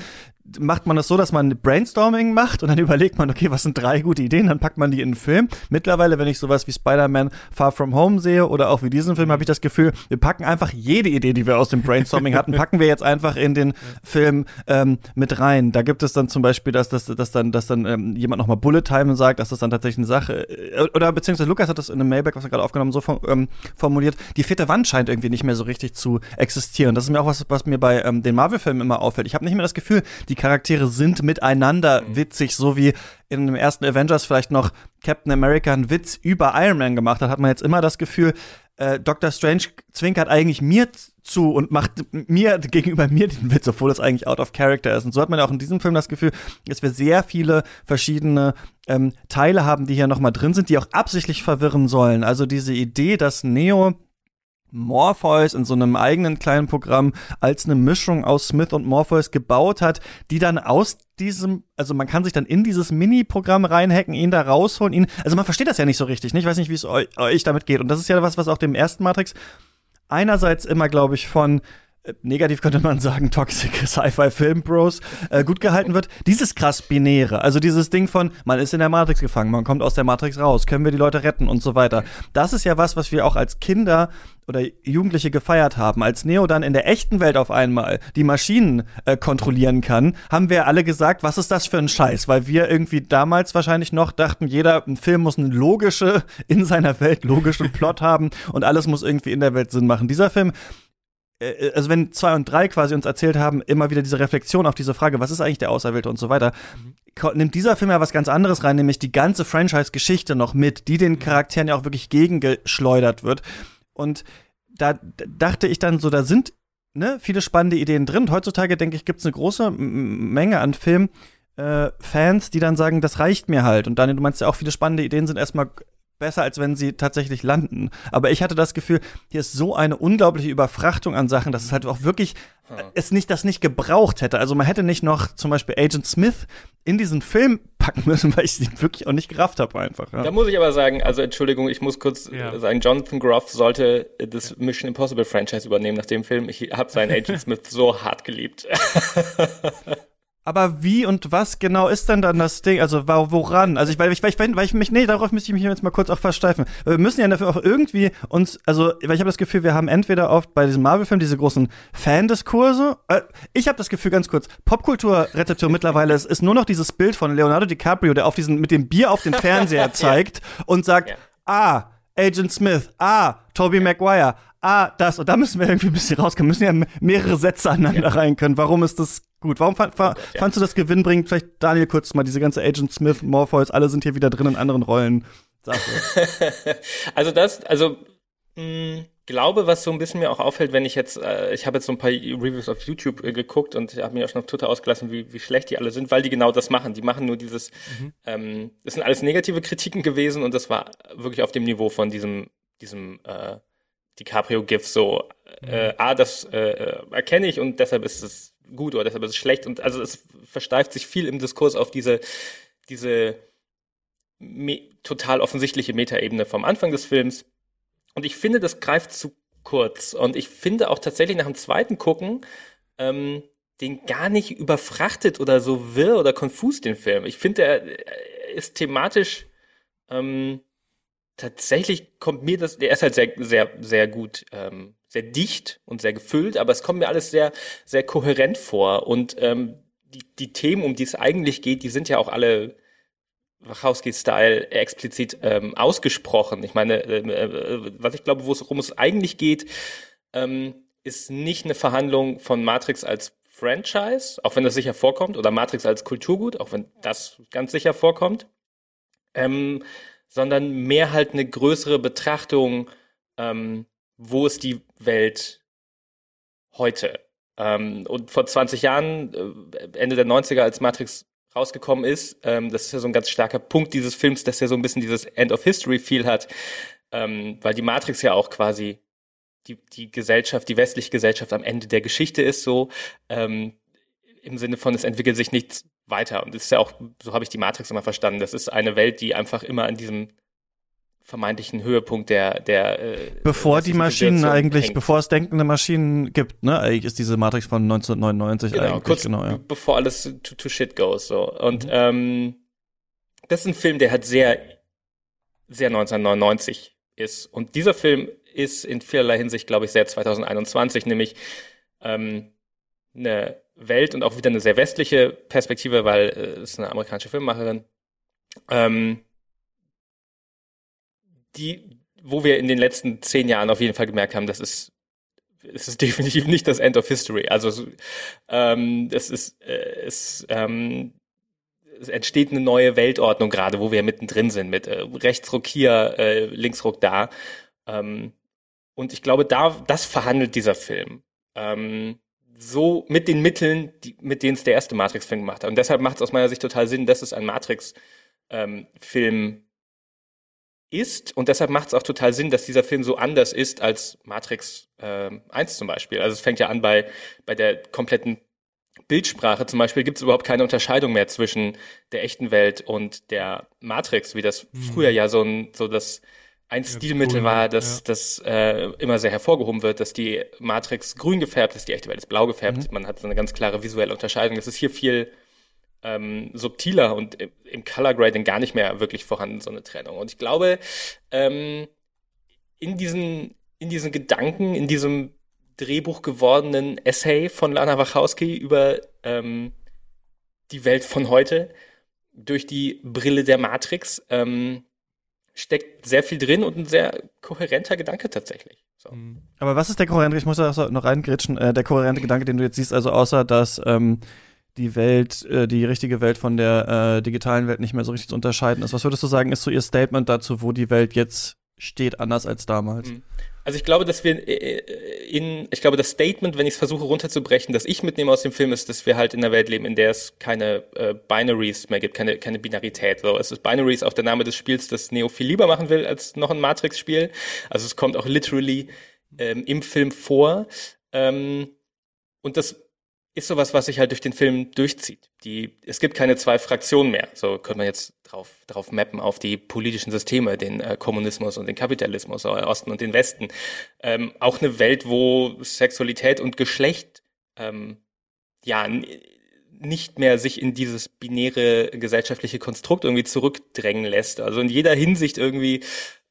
macht man das so, dass man Brainstorming macht und dann überlegt man, okay, was sind 3 gute Ideen, dann packt man die in einen Film. Mittlerweile, wenn ich sowas wie Spider-Man Far From Home sehe oder auch wie diesen Film, habe ich das Gefühl, wir packen einfach jede Idee, die wir aus dem Brainstorming hatten, packen wir jetzt einfach in den Film mit rein. Da gibt es dann zum Beispiel, dass dann jemand nochmal Bullet Time sagt, dass das dann tatsächlich eine Sache, oder beziehungsweise Lukas hat das in einem Mailback, was er gerade aufgenommen, so formuliert, die 4. Wand scheint irgendwie nicht mehr so richtig zu existieren. Das ist mir auch was mir bei den Marvel-Filmen immer auffällt. Ich habe nicht mehr das Gefühl, die Charaktere sind miteinander witzig, so wie in dem ersten Avengers vielleicht noch Captain America einen Witz über Iron Man gemacht hat man jetzt immer das Gefühl, Dr. Strange zwinkert eigentlich mir zu und macht gegenüber mir den Witz, obwohl das eigentlich out of character ist. Und so hat man auch in diesem Film das Gefühl, dass wir sehr viele verschiedene Teile haben, die hier nochmal drin sind, die auch absichtlich verwirren sollen. Also diese Idee, dass Neo Morpheus in so einem eigenen kleinen Programm als eine Mischung aus Smith und Morpheus gebaut hat, die dann aus diesem, also man kann sich dann in dieses Mini-Programm reinhacken, ihn da rausholen, also man versteht das ja nicht so richtig, ne? Ich weiß nicht, wie es euch damit geht. Und das ist ja was auch dem ersten Matrix einerseits immer, glaube ich, von negativ könnte man sagen, toxic Sci-Fi-Film-Bros gut gehalten wird. Dieses krass Binäre, also dieses Ding von, man ist in der Matrix gefangen, man kommt aus der Matrix raus, können wir die Leute retten und so weiter. Das ist ja was wir auch als Kinder oder Jugendliche gefeiert haben. Als Neo dann in der echten Welt auf einmal die Maschinen kontrollieren kann, haben wir alle gesagt, was ist das für ein Scheiß? Weil wir irgendwie damals wahrscheinlich noch dachten, ein Film muss in seiner Welt logischen Plot haben und alles muss irgendwie in der Welt Sinn machen. Dieser Film, also wenn 2 und 3 quasi uns erzählt haben, immer wieder diese Reflexion auf diese Frage, was ist eigentlich der Auserwählte und so weiter, nimmt dieser Film ja was ganz anderes rein, nämlich die ganze Franchise-Geschichte noch mit, die den Charakteren ja auch wirklich gegengeschleudert wird. Und da dachte ich dann so, da sind viele spannende Ideen drin. Und heutzutage, denke ich, gibt es eine große Menge an Filmfans, die dann sagen, das reicht mir halt. Und Daniel, du meinst ja auch, viele spannende Ideen sind erstmal besser, als wenn sie tatsächlich landen. Aber ich hatte das Gefühl, hier ist so eine unglaubliche Überfrachtung an Sachen, dass es halt auch wirklich das nicht gebraucht hätte. Also man hätte nicht noch zum Beispiel Agent Smith in diesen Film packen müssen, weil ich ihn wirklich auch nicht gerafft habe einfach. Ja. Da muss ich aber sagen, also Entschuldigung, ich muss kurz sagen, Jonathan Groff sollte das Mission Impossible Franchise übernehmen nach dem Film. Ich habe seinen Agent Smith so hart geliebt. Aber wie und was genau ist denn dann das Ding? Also woran? Also darauf müsste ich mich jetzt mal kurz auch versteifen. Weil wir müssen ja dafür auch irgendwie weil ich habe das Gefühl, wir haben entweder oft bei diesem Marvel-Film diese großen Fan-Diskurse. Ich habe das Gefühl, ganz kurz, Popkulturrezeption mittlerweile ist nur noch dieses Bild von Leonardo DiCaprio, der mit dem Bier auf den Fernseher zeigt und sagt, Agent Smith, Tobey Maguire, das. Und da müssen wir irgendwie ein bisschen rauskommen. Müssen ja mehrere Sätze aneinander rein können. Warum ist das gut? Warum fandst du das gewinnbringend? Vielleicht, Daniel, kurz mal diese ganze Agent Smith, Morpheus, alle sind hier wieder drin in anderen Rollen. Glaube, was so ein bisschen mir auch auffällt, wenn ich habe jetzt so ein paar Reviews auf YouTube geguckt und habe mir auch schon auf Twitter ausgelassen, wie schlecht die alle sind, weil die genau das machen. Die machen nur dieses, das sind alles negative Kritiken gewesen und das war wirklich auf dem Niveau von diesem DiCaprio-GIF so, das erkenne ich und deshalb ist es gut oder deshalb ist es schlecht und also es versteift sich viel im Diskurs auf diese total offensichtliche Metaebene vom Anfang des Films und ich finde, das greift zu kurz und ich finde auch tatsächlich nach dem zweiten Gucken den gar nicht überfrachtet oder so wirr oder konfus, den Film. Ich finde, er ist thematisch tatsächlich kommt mir der ist halt sehr, sehr, sehr gut, sehr dicht und sehr gefüllt, aber es kommt mir alles sehr, sehr kohärent vor und die Themen, um die es eigentlich geht, die sind ja auch alle Wachowski-Style explizit ausgesprochen. Ich meine, was ich glaube, worum es eigentlich geht, ist nicht eine Verhandlung von Matrix als Franchise, auch wenn das sicher vorkommt, oder Matrix als Kulturgut, auch wenn das ganz sicher vorkommt, sondern mehr halt eine größere Betrachtung, wo ist die Welt heute? Und vor 20 Jahren, Ende der 90er, als Matrix rausgekommen ist, das ist ja so ein ganz starker Punkt dieses Films, dass er so ein bisschen dieses End of History-Feel hat, weil die Matrix ja auch quasi die Gesellschaft, die westliche Gesellschaft am Ende der Geschichte ist, so im Sinne von, es entwickelt sich nichts weiter. Und das ist ja auch, so habe ich die Matrix immer verstanden, das ist eine Welt, die einfach immer an diesem vermeintlichen Höhepunkt der bevor die Maschinen Situation eigentlich, hängt. bevor es denkende Maschinen gibt, ne? Eigentlich ist diese Matrix von 1999 Genau, eigentlich. kurz Genau, ja. bevor alles to shit goes. So. Und das ist ein Film, der halt sehr, sehr 1999 ist. Und dieser Film ist in vielerlei Hinsicht, glaube ich, sehr 2021, nämlich eine Welt und auch wieder eine sehr westliche Perspektive, weil es ist eine amerikanische Filmemacherin, wo wir in den letzten 10 Jahren auf jeden Fall gemerkt haben, es ist definitiv nicht das End of History. Also es entsteht eine neue Weltordnung gerade, wo wir mittendrin sind, mit Rechtsruck hier, Linksruck da. Und ich glaube, das verhandelt dieser Film. So mit den Mitteln, mit denen es der erste Matrix-Film gemacht hat. Und deshalb macht es aus meiner Sicht total Sinn, dass es ein Matrix-Film ist. Und deshalb macht es auch total Sinn, dass dieser Film so anders ist als Matrix 1 zum Beispiel. Also es fängt ja an bei der kompletten Bildsprache. Zum Beispiel gibt es überhaupt keine Unterscheidung mehr zwischen der echten Welt und der Matrix, wie das früher ja ein Stilmittel war, das immer sehr hervorgehoben wird, dass die Matrix grün gefärbt ist, die echte Welt ist blau gefärbt. Man hat so eine ganz klare visuelle Unterscheidung. Das ist hier viel subtiler und im Color Grading gar nicht mehr wirklich vorhanden, so eine Trennung. Und ich glaube, in diesen Gedanken, in diesem Drehbuch gewordenen Essay von Lana Wachowski über die Welt von heute durch die Brille der Matrix steckt sehr viel drin und ein sehr kohärenter Gedanke tatsächlich. So. Aber was ist der kohärente, ich muss da noch reingrätschen, der kohärente Gedanke, den du jetzt siehst, also außer, dass die Welt, die richtige Welt von der digitalen Welt nicht mehr so richtig zu unterscheiden ist. Was würdest du sagen, ist so ihr Statement dazu, wo die Welt jetzt steht, anders als damals? Also ich glaube, dass das Statement, wenn ich es versuche runterzubrechen, das ich mitnehme aus dem Film, ist, dass wir halt in einer Welt leben, in der es keine Binaries mehr gibt, keine Binarität. So, es ist Binaries auch der Name des Spiels, das Neo viel lieber machen will als noch ein Matrix-Spiel. Also es kommt auch literally im Film vor. Und das ist sowas, was sich halt durch den Film durchzieht. Es gibt keine 2 Fraktionen mehr. So könnte man jetzt drauf mappen auf die politischen Systeme, den Kommunismus und den Kapitalismus, den Osten und den Westen. Auch eine Welt, wo Sexualität und Geschlecht nicht mehr sich in dieses binäre gesellschaftliche Konstrukt irgendwie zurückdrängen lässt. Also in jeder Hinsicht irgendwie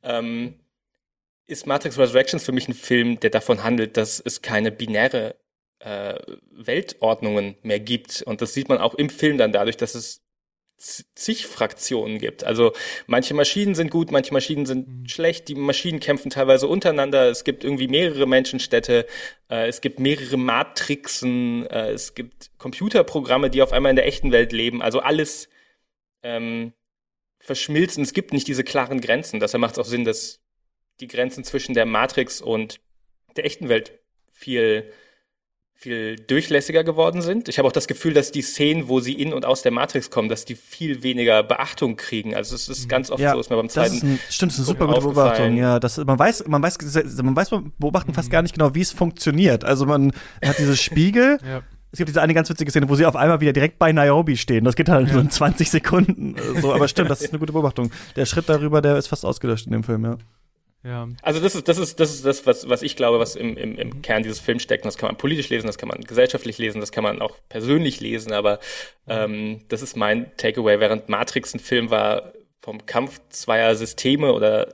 ist Matrix Resurrections für mich ein Film, der davon handelt, dass es keine binäre Weltordnungen mehr gibt. Und das sieht man auch im Film dann dadurch, dass es zig Fraktionen gibt. Also manche Maschinen sind gut, manche Maschinen sind schlecht. Die Maschinen kämpfen teilweise untereinander. Es gibt irgendwie mehrere Menschenstädte. Es gibt mehrere Matrixen. Es gibt Computerprogramme, die auf einmal in der echten Welt leben. Also alles verschmilzt. Und es gibt nicht diese klaren Grenzen. Deshalb macht es auch Sinn, dass die Grenzen zwischen der Matrix und der echten Welt viel durchlässiger geworden sind. Ich habe auch das Gefühl, dass die Szenen, wo sie in und aus der Matrix kommen, dass die viel weniger Beachtung kriegen. Also es ist ganz oft so, ist mir beim zweiten. Stimmt, das ist eine super gute Beobachtung. Ja, man weiß beim Beobachten fast gar nicht genau, wie es funktioniert. Also man hat diese Spiegel. Ja. Es gibt diese eine ganz witzige Szene, wo sie auf einmal wieder direkt bei Nairobi stehen. Das geht halt so in 20 Sekunden. So, aber stimmt, das ist eine gute Beobachtung. Der Schritt darüber, der ist fast ausgelöscht in dem Film, ja. Ja. Also das ist das, was ich glaube, was im Kern dieses Films steckt. Und das kann man politisch lesen, das kann man gesellschaftlich lesen, das kann man auch persönlich lesen, aber das ist mein Takeaway. Während Matrix ein Film war vom Kampf zweier Systeme oder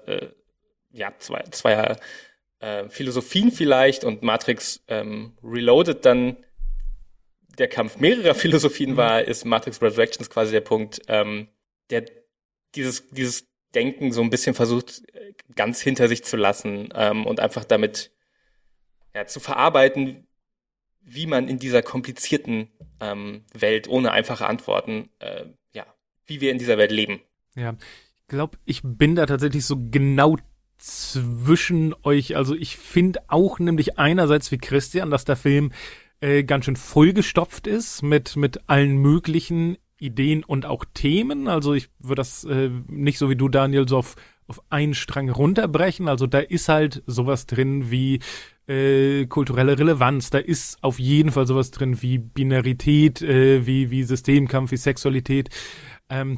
zweier Philosophien vielleicht und Matrix Reloaded dann der Kampf mehrerer Philosophien war, ist Matrix Resurrections quasi der Punkt, der dieses Denken so ein bisschen versucht, ganz hinter sich zu lassen und einfach damit zu verarbeiten, wie man in dieser komplizierten Welt ohne einfache Antworten, wie wir in dieser Welt leben. Ja, ich glaube, ich bin da tatsächlich so genau zwischen euch. Also ich finde auch nämlich einerseits wie Christian, dass der Film ganz schön vollgestopft ist mit allen möglichen Ideen und auch Themen. Also ich würde das nicht so wie du, Daniel, so auf einen Strang runterbrechen. Also da ist halt sowas drin wie kulturelle Relevanz. Da ist auf jeden Fall sowas drin wie Binarität, wie Systemkampf, wie Sexualität.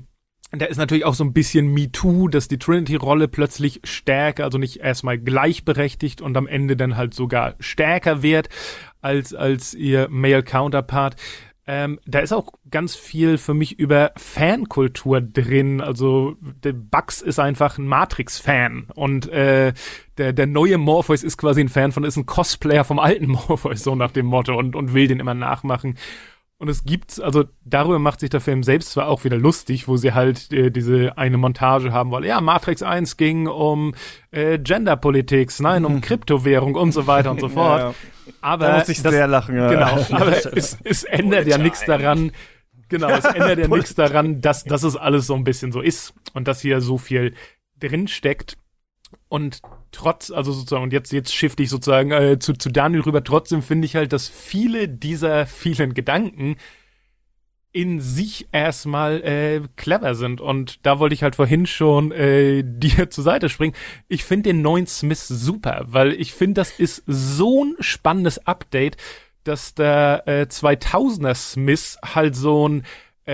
Da ist natürlich auch so ein bisschen MeToo, dass die Trinity-Rolle plötzlich stärker, also nicht erstmal gleichberechtigt und am Ende dann halt sogar stärker wird als ihr Male Counterpart. Da ist auch ganz viel für mich über Fankultur drin. Also der Bugs ist einfach ein Matrix-Fan und der neue Morpheus ist quasi ein Fan ist ein Cosplayer vom alten Morpheus, so nach dem Motto und will den immer nachmachen. Und es gibt, also darüber macht sich der Film selbst zwar auch wieder lustig, wo sie halt diese eine Montage haben wollen. Ja, Matrix 1 ging um Genderpolitik, nein, um Kryptowährung und so weiter und so fort. Ja. Aber da muss ich sehr lachen, ja. Genau, aber es ändert ja nichts daran. Genau, es ändert ja nichts daran, dass es alles so ein bisschen so ist und dass hier so viel drin steckt. Und also sozusagen, und jetzt shifte ich sozusagen zu Daniel rüber, trotzdem finde ich halt, dass viele dieser vielen Gedanken in sich erstmal clever sind. Und da wollte ich halt vorhin schon dir zur Seite springen. Ich finde den neuen Smith super, weil ich finde, das ist so ein spannendes Update, dass der 2000er Smith halt so ein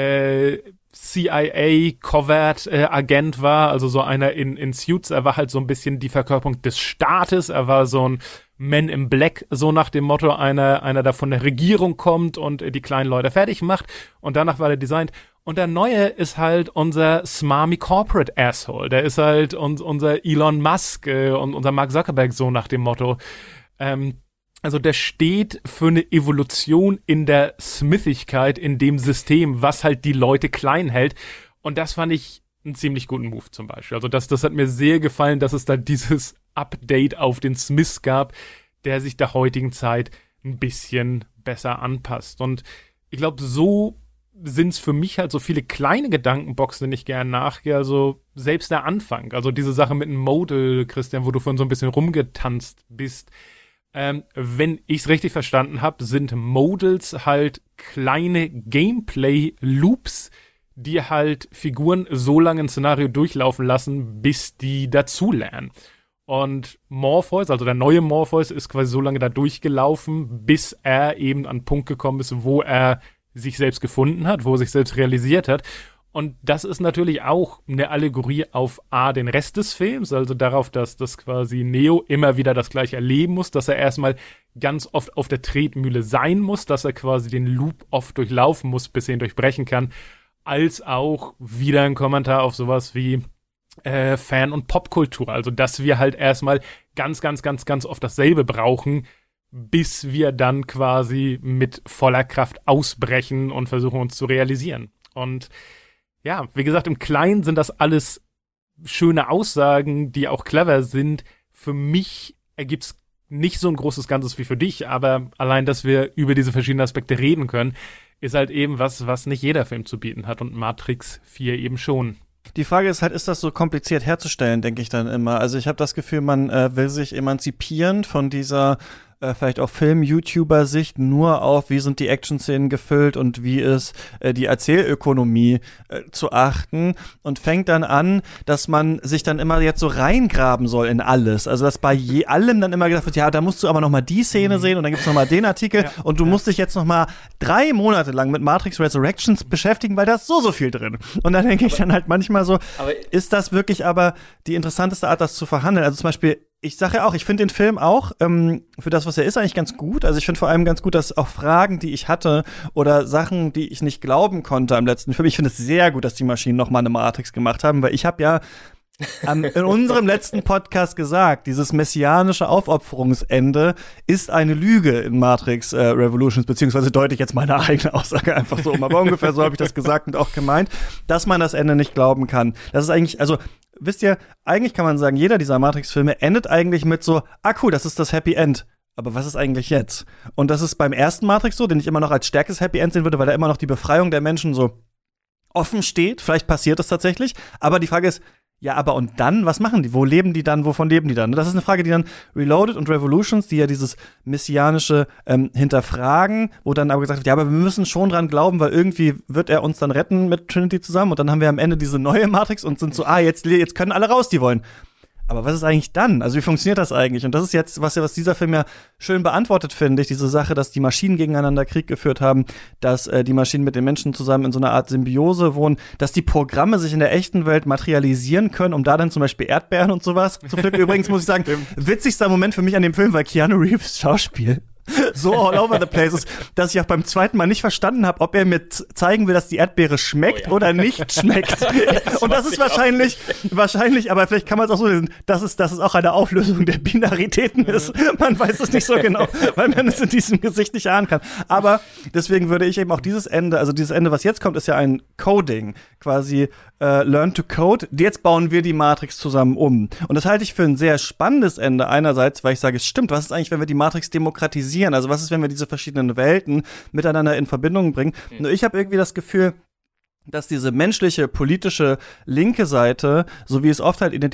CIA-Covert-Agent war, also so einer in Suits. Er war halt so ein bisschen die Verkörperung des Staates. Er war so ein Man in Black, so nach dem Motto, einer der von der Regierung kommt und die kleinen Leute fertig macht. Und danach war er designt. Und der Neue ist halt unser smarmy Corporate Asshole. Der ist halt unser Elon Musk und unser Mark Zuckerberg, so nach dem Motto. Also der steht für eine Evolution in der Smithigkeit, in dem System, was halt die Leute klein hält. Und das fand ich einen ziemlich guten Move zum Beispiel. Also das hat mir sehr gefallen, dass es da dieses Update auf den Smith gab, der sich der heutigen Zeit ein bisschen besser anpasst. Und ich glaube, so sind es für mich halt so viele kleine Gedankenboxen, denen ich gerne nachgehe. Also selbst der Anfang, also diese Sache mit dem Modal, Christian, wo du vorhin so ein bisschen rumgetanzt bist. Wenn ich es richtig verstanden habe, sind Modals halt kleine Gameplay-Loops, die halt Figuren so lange ein Szenario durchlaufen lassen, bis die dazulernen. Und Morpheus, also der neue Morpheus, ist quasi so lange da durchgelaufen, bis er eben an einen Punkt gekommen ist, wo er sich selbst gefunden hat, wo er sich selbst realisiert hat. Und das ist natürlich auch eine Allegorie auf den Rest des Films, also darauf, dass das quasi Neo immer wieder das Gleiche erleben muss, dass er erstmal ganz oft auf der Tretmühle sein muss, dass er quasi den Loop oft durchlaufen muss, bis er ihn durchbrechen kann, als auch wieder ein Kommentar auf sowas wie Fan- und Popkultur, also dass wir halt erstmal ganz, ganz, ganz, ganz oft dasselbe brauchen, bis wir dann quasi mit voller Kraft ausbrechen und versuchen uns zu realisieren. Und ja, wie gesagt, im Kleinen sind das alles schöne Aussagen, die auch clever sind. Für mich ergibt's nicht so ein großes Ganzes wie für dich, aber allein, dass wir über diese verschiedenen Aspekte reden können, ist halt eben was nicht jeder Film zu bieten hat und Matrix 4 eben schon. Die Frage ist halt, ist das so kompliziert herzustellen, denke ich dann immer. Also ich habe das Gefühl, man will sich emanzipieren von dieser vielleicht auch Film-YouTuber-Sicht nur auf, wie sind die Action-Szenen gefüllt und wie ist die Erzählökonomie zu achten und fängt dann an, dass man sich dann immer jetzt so reingraben soll in alles. Also dass bei allem dann immer gesagt wird, ja, da musst du aber noch mal die Szene sehen und dann gibt's noch mal den Artikel und du musst dich jetzt noch mal 3 Monate lang mit Matrix Resurrections beschäftigen, weil da ist so viel drin. Und dann denke ich dann halt manchmal so, ist das wirklich aber die interessanteste Art, das zu verhandeln? Also zum Beispiel, ich sage ja auch, ich finde den Film auch für das, was er ist, eigentlich ganz gut. Also ich finde vor allem ganz gut, dass auch Fragen, die ich hatte oder Sachen, die ich nicht glauben konnte am letzten Film, ich finde es sehr gut, dass die Maschinen noch mal eine Matrix gemacht haben, weil ich habe ja in unserem letzten Podcast gesagt, dieses messianische Aufopferungsende ist eine Lüge in Matrix Revolutions, beziehungsweise deute ich jetzt meine eigene Aussage einfach so um. Aber ungefähr so habe ich das gesagt und auch gemeint, dass man das Ende nicht glauben kann. Das ist eigentlich, also wisst ihr, eigentlich kann man sagen, jeder dieser Matrix-Filme endet eigentlich mit so, cool, das ist das Happy End. Aber was ist eigentlich jetzt? Und das ist beim ersten Matrix so, den ich immer noch als stärkstes Happy End sehen würde, weil da immer noch die Befreiung der Menschen so offen steht. Vielleicht passiert das tatsächlich. Aber die Frage ist, ja, aber und dann, was machen die? Wo leben die dann? Wovon leben die dann? Das ist eine Frage, die dann Reloaded und Revolutions, die ja dieses messianische hinterfragen, wo dann aber gesagt wird, ja, aber wir müssen schon dran glauben, weil irgendwie wird er uns dann retten mit Trinity zusammen und dann haben wir am Ende diese neue Matrix und sind so, jetzt können alle raus, die wollen. aber was ist eigentlich dann? Also wie funktioniert das eigentlich? Und das ist jetzt, was dieser Film ja schön beantwortet, finde ich, diese Sache, dass die Maschinen gegeneinander Krieg geführt haben, dass die Maschinen mit den Menschen zusammen in so einer Art Symbiose wohnen, dass die Programme sich in der echten Welt materialisieren können, um da dann zum Beispiel Erdbeeren und sowas zu pflücken. Übrigens muss ich sagen, witzigster Moment für mich an dem Film war Keanu Reeves Schauspiel. So all over the place ist, dass ich auch beim zweiten Mal nicht verstanden habe, ob er mir zeigen will, dass die Erdbeere schmeckt oder nicht schmeckt. Und das ist wahrscheinlich, aber vielleicht kann man es auch so lesen, dass es auch eine Auflösung der Binaritäten ist. Man weiß es nicht so genau, weil man es in diesem Gesicht nicht ahnen kann. Aber deswegen würde ich eben auch dieses Ende, was jetzt kommt, ist ja ein Coding, quasi Learn to Code. Jetzt bauen wir die Matrix zusammen um. Und das halte ich für ein sehr spannendes Ende einerseits, weil ich sage, es stimmt, was ist eigentlich, wenn wir die Matrix demokratisieren? Also was ist, wenn wir diese verschiedenen Welten miteinander in Verbindung bringen? Nur ich habe irgendwie das Gefühl, dass diese menschliche, politische linke Seite, so wie es oft halt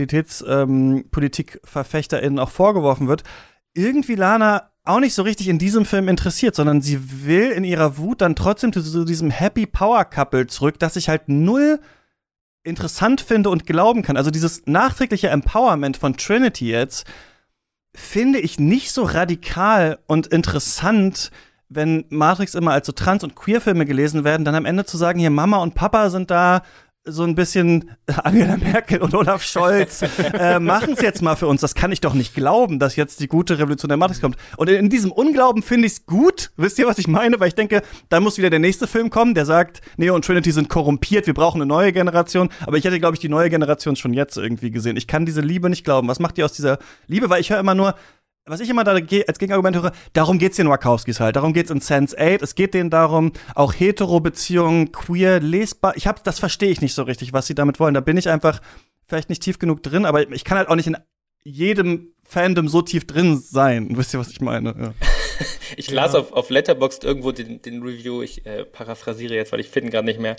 Identitätspolitik-VerfechterInnen auch vorgeworfen wird, irgendwie Lana auch nicht so richtig in diesem Film interessiert, sondern sie will in ihrer Wut dann trotzdem zu diesem Happy Power Couple zurück, das ich halt null interessant finde und glauben kann. Also dieses nachträgliche Empowerment von Trinity jetzt finde ich nicht so radikal und interessant, wenn Matrix immer als so Trans- und Queer-Filme gelesen werden, dann am Ende zu sagen, hier Mama und Papa sind da so ein bisschen Angela Merkel und Olaf Scholz machen es jetzt mal für uns. Das kann ich doch nicht glauben, dass jetzt die gute Revolution der Matrix kommt. Und in diesem Unglauben finde ich es gut. Wisst ihr, was ich meine? Weil ich denke, da muss wieder der nächste Film kommen, der sagt, Neo und Trinity sind korrumpiert, wir brauchen eine neue Generation. Aber ich hätte, glaube ich, die neue Generation schon jetzt irgendwie gesehen. Ich kann diese Liebe nicht glauben. Was macht ihr aus dieser Liebe? Weil ich höre immer nur, was ich immer da als Gegenargument höre, darum geht's den Wachowskis halt, darum geht's in Sense8, es geht denen darum, auch Hetero-Beziehungen, queer, lesbar, das verstehe ich nicht so richtig, was sie damit wollen, da bin ich einfach vielleicht nicht tief genug drin, aber ich kann halt auch nicht in jedem Fandom so tief drin sein, wisst ihr, was ich meine? Ja. Ich las auf Letterboxd irgendwo den Review, ich paraphrasiere jetzt, weil ich finde gerade nicht mehr,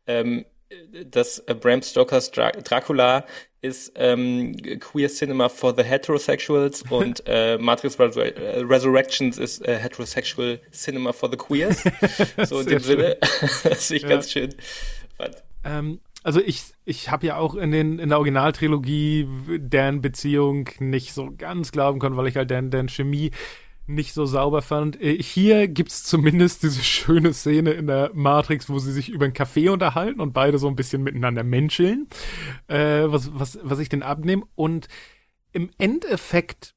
dass Bram Stokers Dracula ist Queer Cinema for the Heterosexuals und Matrix Resurrections ist Heterosexual Cinema for the Queers. So in dem Sinne. Das ist ganz schön. Also ich habe ja auch in der Originaltrilogie deren Beziehung nicht so ganz glauben können, weil ich halt deren Chemie nicht so sauber fand. Hier gibt's zumindest diese schöne Szene in der Matrix, wo sie sich über einen Kaffee unterhalten und beide so ein bisschen miteinander menscheln, was ich denn abnehme. Und im Endeffekt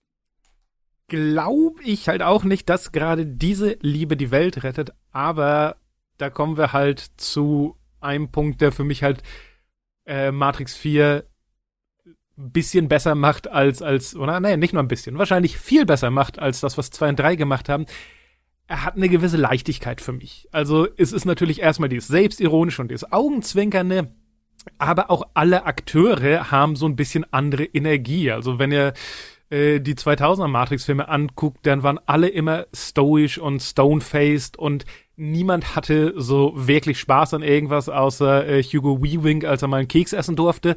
glaube ich halt auch nicht, dass gerade diese Liebe die Welt rettet, aber da kommen wir halt zu einem Punkt, der für mich halt Matrix 4 bisschen besser macht nicht nur ein bisschen, wahrscheinlich viel besser macht als das, was 2 und 3 gemacht haben. Er hat eine gewisse Leichtigkeit für mich. Also es ist natürlich erstmal dieses Selbstironische und dieses Augenzwinkernde, aber auch alle Akteure haben so ein bisschen andere Energie. Also wenn ihr die 2000er Matrix-Filme anguckt, dann waren alle immer stoisch und stone-faced und niemand hatte so wirklich Spaß an irgendwas, außer Hugo Weaving, als er mal einen Keks essen durfte.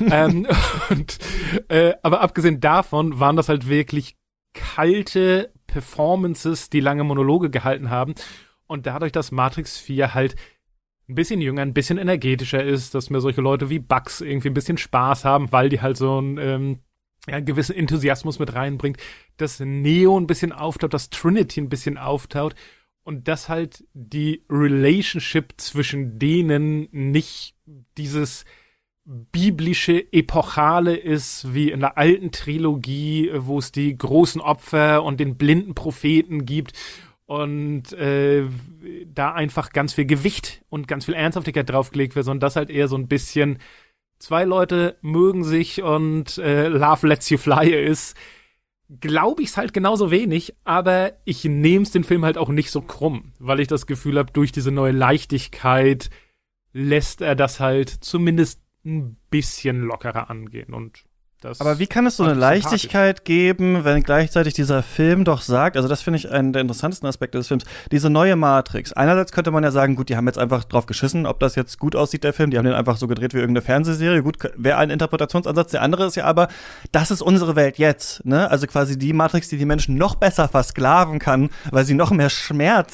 Aber abgesehen davon waren das halt wirklich kalte Performances, die lange Monologe gehalten haben. Und dadurch, dass Matrix 4 halt ein bisschen jünger, ein bisschen energetischer ist, dass mir solche Leute wie Bugs irgendwie ein bisschen Spaß haben, weil die halt so einen gewissen Enthusiasmus mit reinbringt, dass Neo ein bisschen auftaut, dass Trinity ein bisschen auftaut und dass halt die Relationship zwischen denen nicht dieses biblische Epochale ist, wie in der alten Trilogie, wo es die großen Opfer und den blinden Propheten gibt und da einfach ganz viel Gewicht und ganz viel Ernsthaftigkeit draufgelegt wird, sondern das halt eher so ein bisschen 2 Leute mögen sich und Love Lets You Fly ist, glaube ich es halt genauso wenig, aber ich nehme es den Film halt auch nicht so krumm, weil ich das Gefühl habe, durch diese neue Leichtigkeit lässt er das halt zumindest ein bisschen lockerer angehen und das. Aber wie kann es so eine Leichtigkeit geben, wenn gleichzeitig dieser Film doch sagt, also das finde ich einen der interessantesten Aspekte des Films, diese neue Matrix. Einerseits könnte man ja sagen, gut, die haben jetzt einfach drauf geschissen, ob das jetzt gut aussieht, der Film, die haben den einfach so gedreht wie irgendeine Fernsehserie, gut, wäre ein Interpretationsansatz. Der andere ist ja aber, das ist unsere Welt jetzt, ne? Also quasi die Matrix, die die Menschen noch besser versklaven kann, weil sie noch mehr Schmerz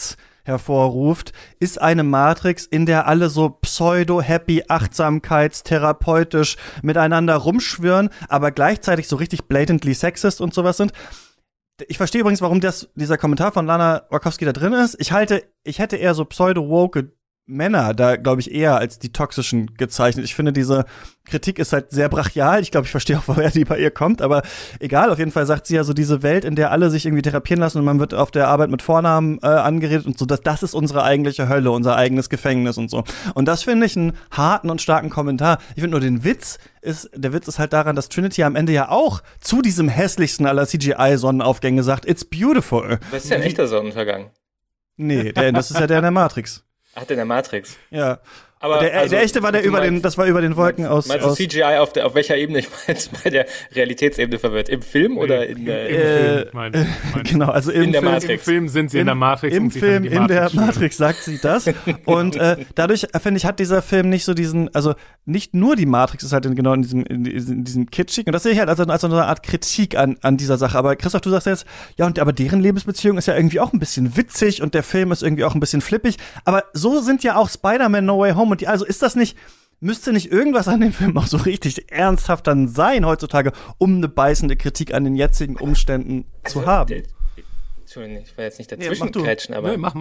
hervorruft, ist eine Matrix, in der alle so pseudo-happy, achtsamkeitstherapeutisch miteinander rumschwirren, aber gleichzeitig so richtig blatantly sexist und sowas sind. Ich verstehe übrigens, warum dieser Kommentar von Lana Wachowski da drin ist. Ich hätte eher so pseudo-woke Männer da, glaube ich, eher als die toxischen gezeichnet. Ich finde, diese Kritik ist halt sehr brachial. Ich glaube, ich verstehe auch, woher die bei ihr kommt. Aber egal, auf jeden Fall sagt sie ja so, diese Welt, in der alle sich irgendwie therapieren lassen und man wird auf der Arbeit mit Vornamen angeredet und so, das ist unsere eigentliche Hölle, unser eigenes Gefängnis und so. Und das finde ich einen harten und starken Kommentar. Ich finde nur, der Witz ist halt daran, dass Trinity am Ende ja auch zu diesem hässlichsten aller CGI-Sonnenaufgänge sagt, it's beautiful. Was ist ja ein echter Sonnenuntergang? Nee, das ist ja der in der Matrix. Ach, in der Matrix. Ja. Aber der echte war über den Wolken aus. Meinst du CGI auf welcher Ebene? Ich meine, bei der Realitätsebene verwirrt. Im Film oder in der Film? Genau, also in der Matrix. Im Film sind sie in der Matrix. Im Film in der Matrix sagt sie das. Und dadurch, finde ich, hat dieser Film nicht so diesen, also nicht nur die Matrix ist halt genau in diesem Kitschig. Und das sehe ich halt als so eine Art Kritik an dieser Sache. Aber Christoph, du sagst jetzt, ja, aber deren Lebensbeziehung ist ja irgendwie auch ein bisschen witzig und der Film ist irgendwie auch ein bisschen flippig. Aber so sind ja auch Spider-Man No Way Home und also ist das nicht, müsste nicht irgendwas an dem Film auch so richtig ernsthaft dann sein heutzutage, um eine beißende Kritik an den jetzigen Umständen zu haben? Entschuldigung, ich will jetzt nicht dazwischen kretschen, aber, mach.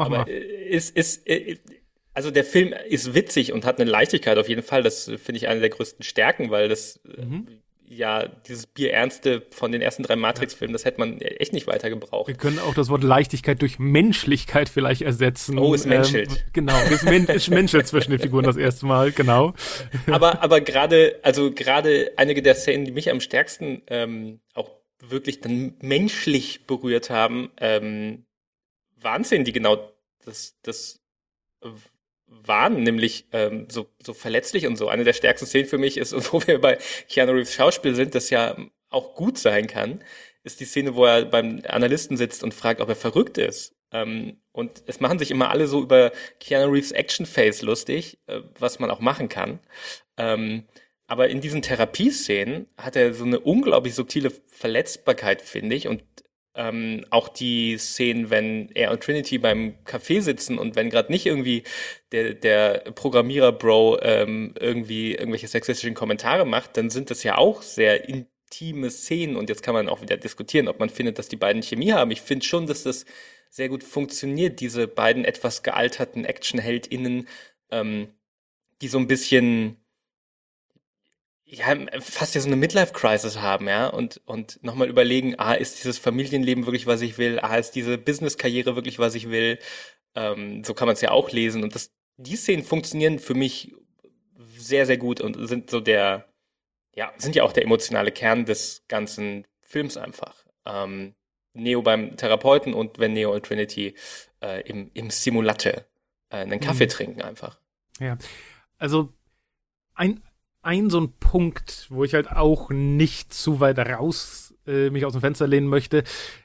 Also der Film ist witzig und hat eine Leichtigkeit auf jeden Fall. Das finde ich eine der größten Stärken, weil das ja dieses Bierernste von den ersten 3 Matrix-Filmen, das hätte man echt nicht weiter gebraucht. Wir können auch das Wort Leichtigkeit durch Menschlichkeit vielleicht ersetzen. Oh, es menschelt. Genau, es menschelt zwischen den Figuren das erste Mal, genau. Aber gerade einige der Szenen, die mich am stärksten auch wirklich dann menschlich berührt haben, waren Szenen, die genau das waren, nämlich so verletzlich und so. Eine der stärksten Szenen für mich ist, und wo wir bei Keanu Reeves Schauspiel sind, das ja auch gut sein kann, ist die Szene, wo er beim Analysten sitzt und fragt, ob er verrückt ist. Und es machen sich immer alle so über Keanu Reeves Action-Face lustig, was man auch machen kann. Aber in diesen Therapieszenen hat er so eine unglaublich subtile Verletzbarkeit, finde ich, und auch die Szenen, wenn er und Trinity beim Café sitzen und wenn gerade nicht irgendwie der Programmierer-Bro irgendwie irgendwelche sexistischen Kommentare macht, dann sind das ja auch sehr intime Szenen und jetzt kann man auch wieder diskutieren, ob man findet, dass die beiden Chemie haben. Ich finde schon, dass das sehr gut funktioniert, diese beiden etwas gealterten ActionheldInnen, die so ein bisschen fast ja so eine Midlife-Crisis haben, ja, und nochmal überlegen, ist dieses Familienleben wirklich, was ich will? Ist diese Business-Karriere wirklich, was ich will? So kann man es ja auch lesen. Und die Szenen funktionieren für mich sehr, sehr gut und sind sind ja auch der emotionale Kern des ganzen Films einfach. Neo beim Therapeuten und wenn Neo und Trinity im Simulatte einen Kaffee trinken einfach. Ja, also ein so ein Punkt, wo ich halt auch nicht zu weit raus mich aus dem Fenster lehnen möchte,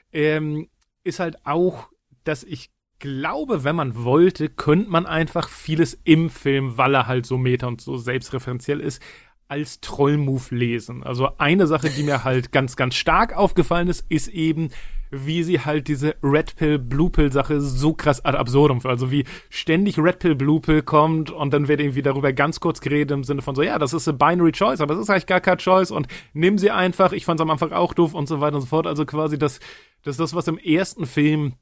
ist halt auch, dass ich glaube, wenn man wollte, könnte man einfach vieles im Film, weil er halt so meta und so selbstreferenziell ist, als Troll-Move lesen. Also eine Sache, die mir halt ganz, ganz stark aufgefallen ist eben, wie sie halt diese Red Pill, Blue Pill Sache so krass ad absurdum führt. Also wie ständig Red Pill, Blue Pill kommt und dann wird irgendwie darüber ganz kurz geredet im Sinne von so, ja, das ist eine Binary Choice, aber das ist eigentlich gar keine Choice und nimm sie einfach, ich fand's am Anfang auch doof und so weiter und so fort. Also quasi das, was im ersten Film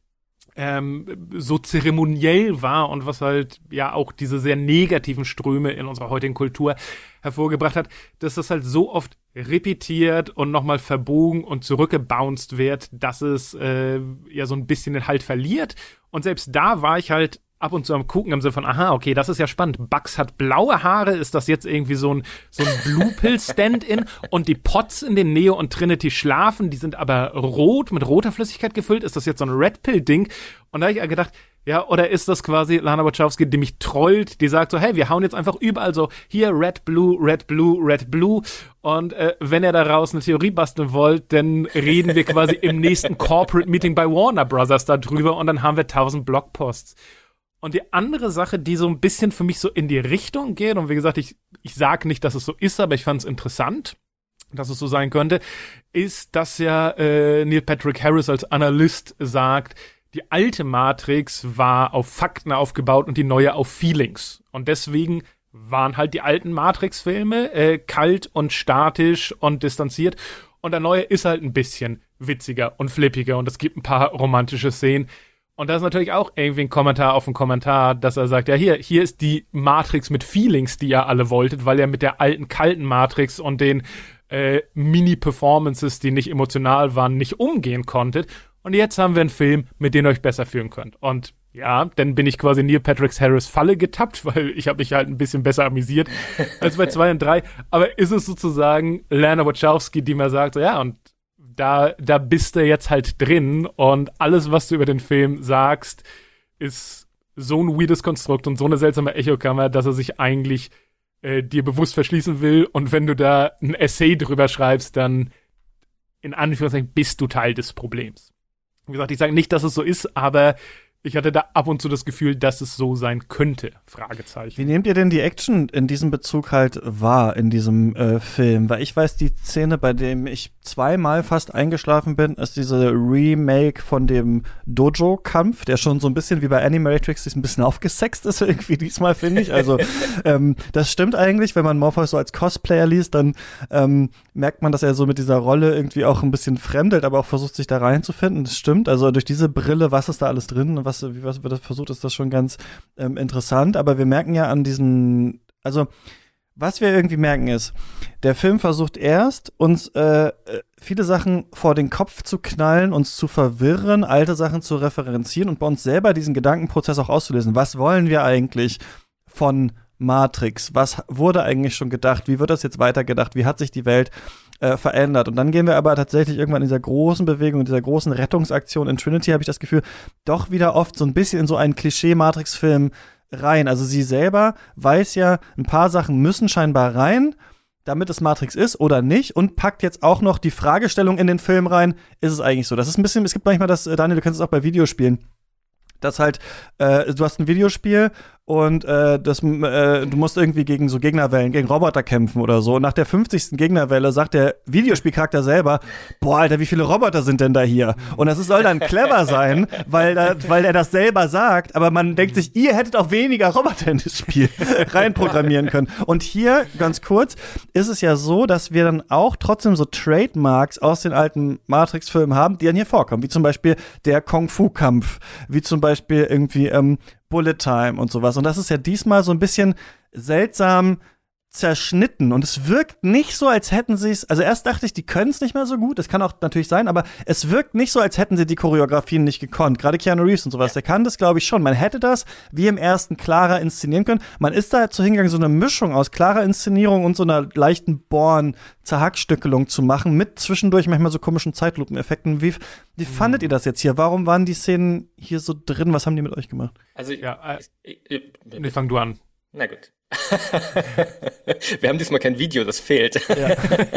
so zeremoniell war und was halt ja auch diese sehr negativen Ströme in unserer heutigen Kultur hervorgebracht hat, dass das halt so oft repetiert und nochmal verbogen und zurückgebounced wird, dass es ja so ein bisschen den Halt verliert. Und selbst da war ich halt ab und zu am Gucken im Sinne von, aha, okay, das ist ja spannend. Bugs hat blaue Haare, ist das jetzt irgendwie so ein Blue-Pill-Stand-in? Und die Pots, in denen Neo und Trinity schlafen, die sind aber rot, mit roter Flüssigkeit gefüllt. Ist das jetzt so ein Red-Pill-Ding? Und da habe ich gedacht, ja, oder ist das quasi Lana Wachowski, die mich trollt, die sagt so, hey, wir hauen jetzt einfach überall so, hier Red, Blue, Red, Blue, Red, Blue. Und wenn ihr daraus eine Theorie basteln wollt, dann reden wir quasi im nächsten Corporate Meeting bei Warner Brothers darüber und dann haben wir 1000 Blogposts. Und die andere Sache, die so ein bisschen für mich so in die Richtung geht, und wie gesagt, ich sage nicht, dass es so ist, aber ich fand es interessant, dass es so sein könnte, ist, dass ja Neil Patrick Harris als Analyst sagt, die alte Matrix war auf Fakten aufgebaut und die neue auf Feelings. Und deswegen waren halt die alten Matrix-Filme kalt und statisch und distanziert. Und der neue ist halt ein bisschen witziger und flippiger und es gibt ein paar romantische Szenen. Und da ist natürlich auch irgendwie ein Kommentar auf einen Kommentar, dass er sagt, ja hier ist die Matrix mit Feelings, die ihr alle wolltet, weil ihr mit der alten, kalten Matrix und den Mini-Performances, die nicht emotional waren, nicht umgehen konntet. Und jetzt haben wir einen Film, mit dem ihr euch besser fühlen könnt. Und ja, dann bin ich quasi in Neil Patrick Harris Falle getappt, weil ich habe mich halt ein bisschen besser amüsiert als bei 2 und 3. Aber ist es sozusagen Lana Wachowski, die mir sagt, so, ja, und da bist du jetzt halt drin und alles, was du über den Film sagst, ist so ein weirdes Konstrukt und so eine seltsame Echokammer, dass er sich eigentlich dir bewusst verschließen will. Und wenn du da ein Essay drüber schreibst, dann in Anführungszeichen bist du Teil des Problems. Wie gesagt, ich sage nicht, dass es so ist, aber ich hatte da ab und zu das Gefühl, dass es so sein könnte. Fragezeichen. Wie nehmt ihr denn die Action in diesem Bezug halt wahr in diesem Film? Weil ich weiß, die Szene, bei dem ich 2-mal fast eingeschlafen bin, ist diese Remake von dem Dojo-Kampf, der schon so ein bisschen wie bei Animatrix ein bisschen aufgesext ist irgendwie diesmal, finde ich. Also das stimmt eigentlich, wenn man Morpheus so als Cosplayer liest, dann merkt man, dass er so mit dieser Rolle irgendwie auch ein bisschen fremdelt, aber auch versucht, sich da reinzufinden. Das stimmt. Also durch diese Brille, was ist da alles drin? Wie wird das versucht, ist das schon ganz interessant. Aber wir merken ja an diesen, also was wir irgendwie merken ist, der Film versucht erst, uns viele Sachen vor den Kopf zu knallen, uns zu verwirren, alte Sachen zu referenzieren und bei uns selber diesen Gedankenprozess auch auszulösen. Was wollen wir eigentlich von Matrix? Was wurde eigentlich schon gedacht? Wie wird das jetzt weitergedacht? Wie hat sich die Welt verändert? Und dann gehen wir aber tatsächlich irgendwann in dieser großen Bewegung, in dieser großen Rettungsaktion in Trinity, habe ich das Gefühl, doch wieder oft so ein bisschen in so einen Klischee-Matrix-Film rein. Also sie selber weiß ja, ein paar Sachen müssen scheinbar rein, damit es Matrix ist oder nicht, und packt jetzt auch noch die Fragestellung in den Film rein, ist es eigentlich so? Das ist ein bisschen, es gibt manchmal das, Daniel, du kennst es auch bei Videospielen, dass halt, du hast ein Videospiel und du musst irgendwie gegen so Gegnerwellen, gegen Roboter kämpfen oder so. Und nach der 50. Gegnerwelle sagt der Videospielcharakter selber, boah, Alter, wie viele Roboter sind denn da hier? Und das soll dann clever sein, weil er das selber sagt, aber man denkt sich, ihr hättet auch weniger Roboter in das Spiel reinprogrammieren können. Und hier, ganz kurz, ist es ja so, dass wir dann auch trotzdem so Trademarks aus den alten Matrix-Filmen haben, die dann hier vorkommen. Wie zum Beispiel der Kung-Fu-Kampf, wie zum Beispiel irgendwie Bullet Time und sowas. Und das ist ja diesmal so ein bisschen seltsam zerschnitten. Und es wirkt nicht so, als hätten sie es, also erst dachte ich, die können es nicht mehr so gut. Das kann auch natürlich sein, aber es wirkt nicht so, als hätten sie die Choreografien nicht gekonnt. Gerade Keanu Reeves und sowas, der kann das, glaube ich, schon. Man hätte das wie im ersten klarer inszenieren können. Man ist dazu hingegangen, so eine Mischung aus klarer Inszenierung und so einer leichten Zerhackstückelung zu machen, mit zwischendurch manchmal so komischen Zeitlupeneffekten. Wie fandet ihr das jetzt hier? Warum waren die Szenen hier so drin? Was haben die mit euch gemacht? Also, Nee, fang du an. Na gut. Wir haben diesmal kein Video, das fehlt. Ja.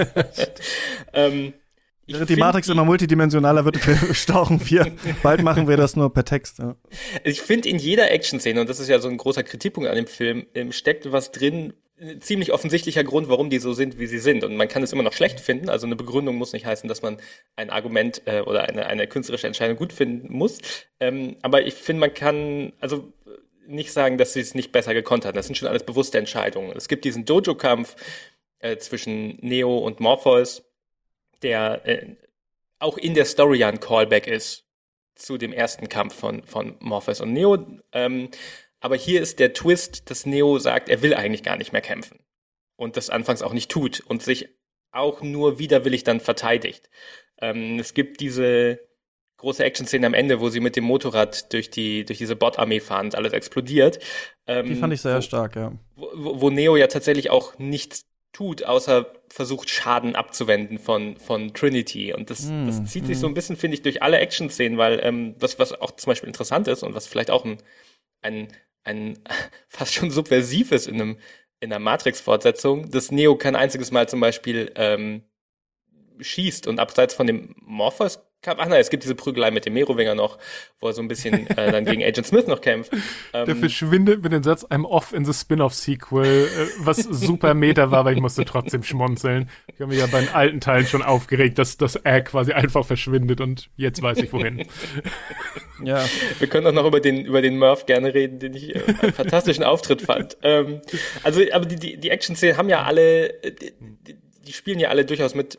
Die Matrix immer multidimensionaler wird, stauchen wir. Bald machen wir das nur per Text. Ja. Ich finde, in jeder Action-Szene, und das ist ja so ein großer Kritikpunkt an dem Film, steckt was drin, ein ziemlich offensichtlicher Grund, warum die so sind, wie sie sind. Und man kann es immer noch schlecht finden. Also eine Begründung muss nicht heißen, dass man ein Argument oder eine künstlerische Entscheidung gut finden muss. Aber ich finde, man kann also nicht sagen, dass sie es nicht besser gekonnt hatten. Das sind schon alles bewusste Entscheidungen. Es gibt diesen Dojo-Kampf zwischen Neo und Morpheus, der auch in der Story ja ein Callback ist zu dem ersten Kampf von Morpheus und Neo. Aber hier ist der Twist, dass Neo sagt, er will eigentlich gar nicht mehr kämpfen. Und das anfangs auch nicht tut und sich auch nur widerwillig dann verteidigt. Es gibt diese große Action-Szene am Ende, wo sie mit dem Motorrad durch diese Bot-Armee fahren und alles explodiert. Die fand ich sehr stark, ja. Wo Neo ja tatsächlich auch nichts tut, außer versucht, Schaden abzuwenden von Trinity. Und das zieht sich so ein bisschen, finde ich, durch alle Action-Szenen, weil was auch zum Beispiel interessant ist und was vielleicht auch ein fast schon subversiv ist in einer Matrix-Fortsetzung, dass Neo kein einziges Mal zum Beispiel schießt und abseits von dem Morpheus es gibt diese Prügelei mit dem Merowinger noch, wo er so ein bisschen dann gegen Agent Smith noch kämpft. Der verschwindet mit dem Satz I'm off in the Spin-off-Sequel, was super Meta war, aber ich musste trotzdem schmunzeln. Ich habe mich ja bei den alten Teilen schon aufgeregt, dass er quasi einfach verschwindet und jetzt weiß ich wohin. Ja. Wir können auch noch über den Murph gerne reden, den ich einen fantastischen Auftritt fand. Aber die Action-Szenen haben ja alle, die spielen ja alle durchaus mit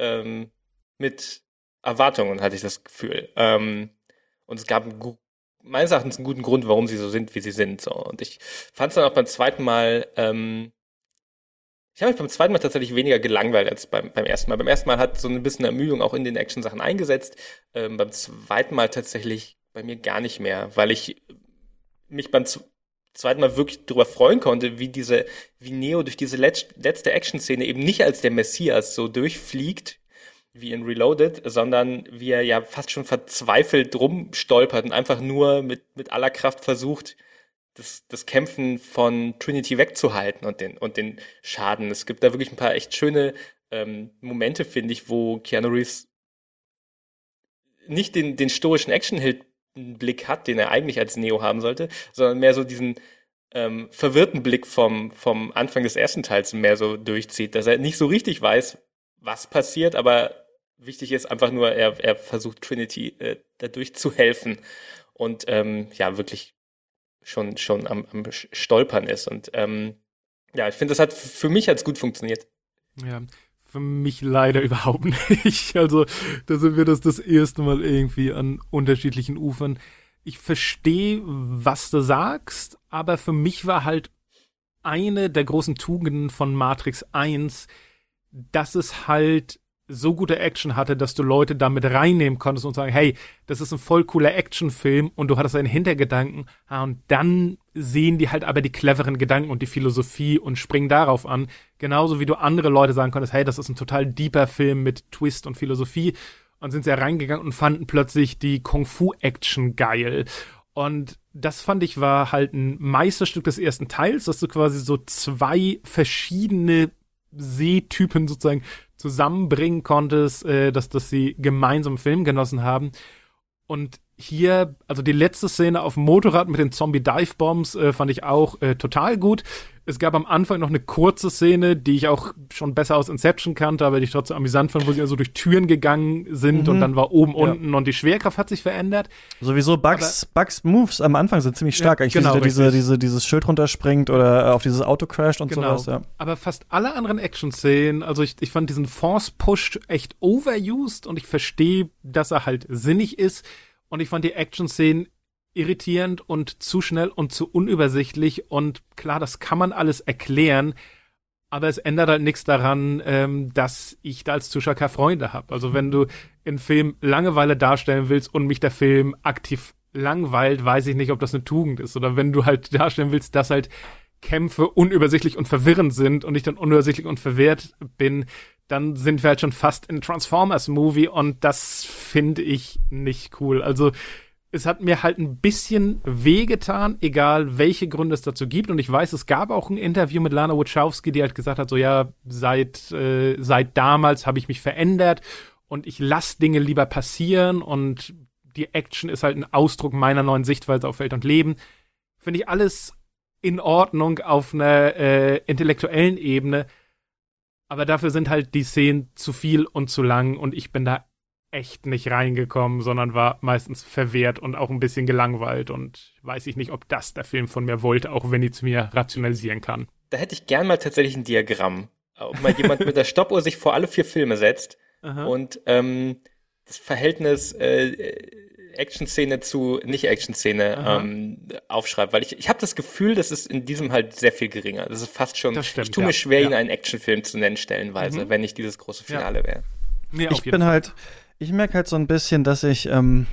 Erwartungen, hatte ich das Gefühl. Und es gab meines Erachtens einen guten Grund, warum sie so sind, wie sie sind. So. Und ich fand es dann auch beim zweiten Mal, ich habe mich beim zweiten Mal tatsächlich weniger gelangweilt als beim ersten Mal. Beim ersten Mal hat so ein bisschen Ermüdung auch in den Action-Sachen eingesetzt. Beim zweiten Mal tatsächlich bei mir gar nicht mehr, weil ich mich beim zweiten Mal wirklich darüber freuen konnte, wie Neo durch diese letzte Action-Szene eben nicht als der Messias so durchfliegt, wie in Reloaded, sondern wie er ja fast schon verzweifelt rumstolpert und einfach nur mit aller Kraft versucht, das Kämpfen von Trinity wegzuhalten und den Schaden. Es gibt da wirklich ein paar echt schöne Momente, finde ich, wo Keanu Reeves nicht den stoischen Action-Blick hat, den er eigentlich als Neo haben sollte, sondern mehr so diesen verwirrten Blick vom Anfang des ersten Teils mehr so durchzieht, dass er nicht so richtig weiß, was passiert, aber wichtig ist einfach nur, er versucht Trinity dadurch zu helfen und wirklich schon am Stolpern ist. Und ich finde, für mich hat's gut funktioniert. Ja, für mich leider überhaupt nicht. Also, da sind wir das erste Mal irgendwie an unterschiedlichen Ufern. Ich verstehe, was du sagst, aber für mich war halt eine der großen Tugenden von Matrix 1, dass es halt so gute Action hatte, dass du Leute damit reinnehmen konntest und sagen, hey, das ist ein voll cooler Actionfilm und du hattest einen Hintergedanken, und dann sehen die halt aber die cleveren Gedanken und die Philosophie und springen darauf an. Genauso wie du andere Leute sagen konntest, hey, das ist ein total deeper Film mit Twist und Philosophie, und sind sie reingegangen und fanden plötzlich die Kung-Fu-Action geil. Und das fand ich war halt ein Meisterstück des ersten Teils, dass du quasi so zwei verschiedene Sehtypen sozusagen zusammenbringen konntest, dass sie gemeinsam Film genossen haben. Und hier, also die letzte Szene auf dem Motorrad mit den Zombie-Dive-Bombs fand ich auch total gut. Es gab am Anfang noch eine kurze Szene, die ich auch schon besser aus Inception kannte, aber die ich trotzdem amüsant fand, wo sie also durch Türen gegangen sind und dann war oben, unten und die Schwerkraft hat sich verändert. Sowieso Bugs Moves am Anfang sind ziemlich stark. Eigentlich genau, dieses Schild runterspringt oder auf dieses Auto crasht und sowas. Ja. Aber fast alle anderen Action-Szenen, also ich fand diesen Force-Push echt overused und ich verstehe, dass er halt sinnig ist. Und ich fand die Action-Szenen irritierend und zu schnell und zu unübersichtlich. Und klar, das kann man alles erklären, aber es ändert halt nichts daran, dass ich da als Zuschauer keine Freunde habe. Also wenn du in Film Langeweile darstellen willst und mich der Film aktiv langweilt, weiß ich nicht, ob das eine Tugend ist. Oder wenn du halt darstellen willst, dass halt Kämpfe unübersichtlich und verwirrend sind und ich dann unübersichtlich und verwirrt bin, dann sind wir halt schon fast in Transformers-Movie und das finde ich nicht cool. Also es hat mir halt ein bisschen wehgetan, egal welche Gründe es dazu gibt. Und ich weiß, es gab auch ein Interview mit Lana Wachowski, die halt gesagt hat, so ja, seit damals habe ich mich verändert und ich lasse Dinge lieber passieren und die Action ist halt ein Ausdruck meiner neuen Sichtweise auf Welt und Leben. Finde ich alles in Ordnung auf einer intellektuellen Ebene. Aber dafür sind halt die Szenen zu viel und zu lang und ich bin da echt nicht reingekommen, sondern war meistens verwehrt und auch ein bisschen gelangweilt und weiß ich nicht, ob das der Film von mir wollte, auch wenn ich es mir rationalisieren kann. Da hätte ich gern mal tatsächlich ein Diagramm. Ob mal jemand mit der Stoppuhr sich vor alle 4 Filme setzt und das Verhältnis Action-Szene zu Nicht-Action-Szene aufschreibt, weil ich habe das Gefühl, das ist in diesem halt sehr viel geringer. Das ist fast schon, stimmt, ich tue mir schwer, ihn einen Actionfilm zu nennen, stellenweise, wenn nicht dieses große Finale wäre. Nee, ich merke halt so ein bisschen, dass ich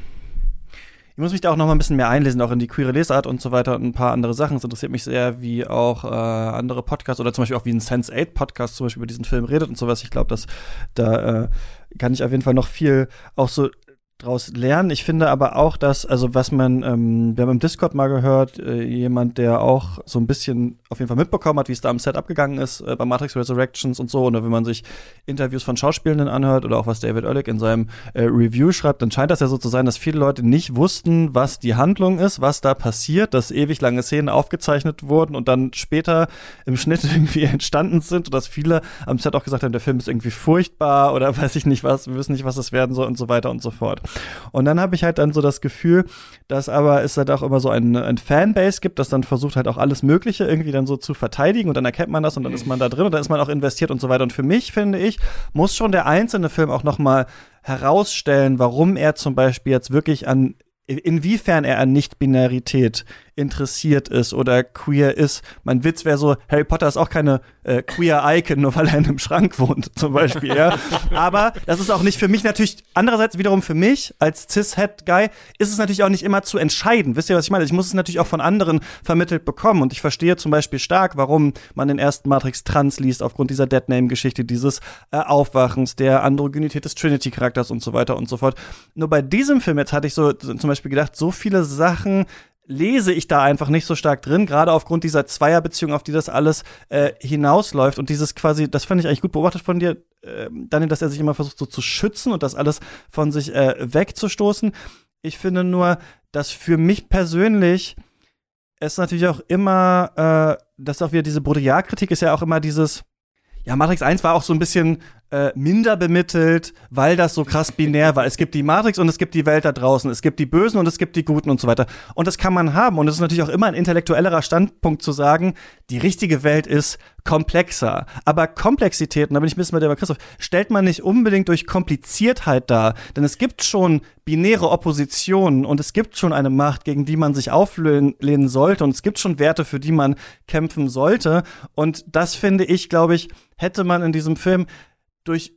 muss mich da auch noch mal ein bisschen mehr einlesen, auch in die queere Lesart und so weiter und ein paar andere Sachen. Es interessiert mich sehr, wie auch andere Podcasts oder zum Beispiel auch wie ein Sense8-Podcast zum Beispiel über diesen Film redet und sowas. Ich glaube, dass da kann ich auf jeden Fall noch viel auch so draus lernen. Ich finde aber auch, dass, also was wir haben im Discord mal gehört, jemand, der auch so ein bisschen auf jeden Fall mitbekommen hat, wie es da am Set abgegangen ist, bei Matrix Resurrections und so, oder wenn man sich Interviews von Schauspielenden anhört oder auch was David Ehrlich in seinem Review schreibt, dann scheint das ja so zu sein, dass viele Leute nicht wussten, was die Handlung ist, was da passiert, dass ewig lange Szenen aufgezeichnet wurden und dann später im Schnitt irgendwie entstanden sind und dass viele am Set auch gesagt haben, der Film ist irgendwie furchtbar oder weiß ich nicht was, wir wissen nicht, was das werden soll und so weiter und so fort. Und dann habe ich halt dann so das Gefühl, dass aber es halt auch immer so ein Fanbase gibt, das dann versucht halt auch alles Mögliche irgendwie dann so zu verteidigen und dann erkennt man das und dann ist man da drin und dann ist man auch investiert und so weiter. Und für mich, finde ich, muss schon der einzelne Film auch noch mal herausstellen, warum er zum Beispiel jetzt wirklich inwiefern er an Nicht-Binarität interessiert ist oder queer ist. Mein Witz wäre so, Harry Potter ist auch keine queer-Icon, nur weil er in einem Schrank wohnt, zum Beispiel, ja. Aber das ist auch nicht für mich natürlich, andererseits wiederum für mich als Cis-Het-Guy ist es natürlich auch nicht immer zu entscheiden. Wisst ihr, was ich meine? Ich muss es natürlich auch von anderen vermittelt bekommen und ich verstehe zum Beispiel stark, warum man den ersten Matrix trans liest, aufgrund dieser Deadname-Geschichte, dieses Aufwachens, der Androgynität des Trinity-Charakters und so weiter und so fort. Nur bei diesem Film jetzt hatte ich so zum Beispiel gedacht, so viele Sachen lese ich da einfach nicht so stark drin, gerade aufgrund dieser Zweierbeziehung, auf die das alles hinausläuft und dieses quasi, das fand ich eigentlich gut beobachtet von dir, Daniel, dass er sich immer versucht so zu schützen und das alles von sich wegzustoßen. Ich finde nur, dass für mich persönlich es natürlich auch immer, dass auch wieder diese Baudrillard-Kritik ist ja auch immer dieses, ja, Matrix 1 war auch so ein bisschen minder bemittelt, weil das so krass binär war. Es gibt die Matrix und es gibt die Welt da draußen. Es gibt die Bösen und es gibt die Guten und so weiter. Und das kann man haben. Und es ist natürlich auch immer ein intellektuellerer Standpunkt zu sagen, die richtige Welt ist komplexer. Aber Komplexität, und da bin ich ein bisschen bei der Christoph, stellt man nicht unbedingt durch Kompliziertheit dar. Denn es gibt schon binäre Oppositionen und es gibt schon eine Macht, gegen die man sich auflehnen sollte. Und es gibt schon Werte, für die man kämpfen sollte. Und das finde ich, glaube ich, hätte man in diesem Film durch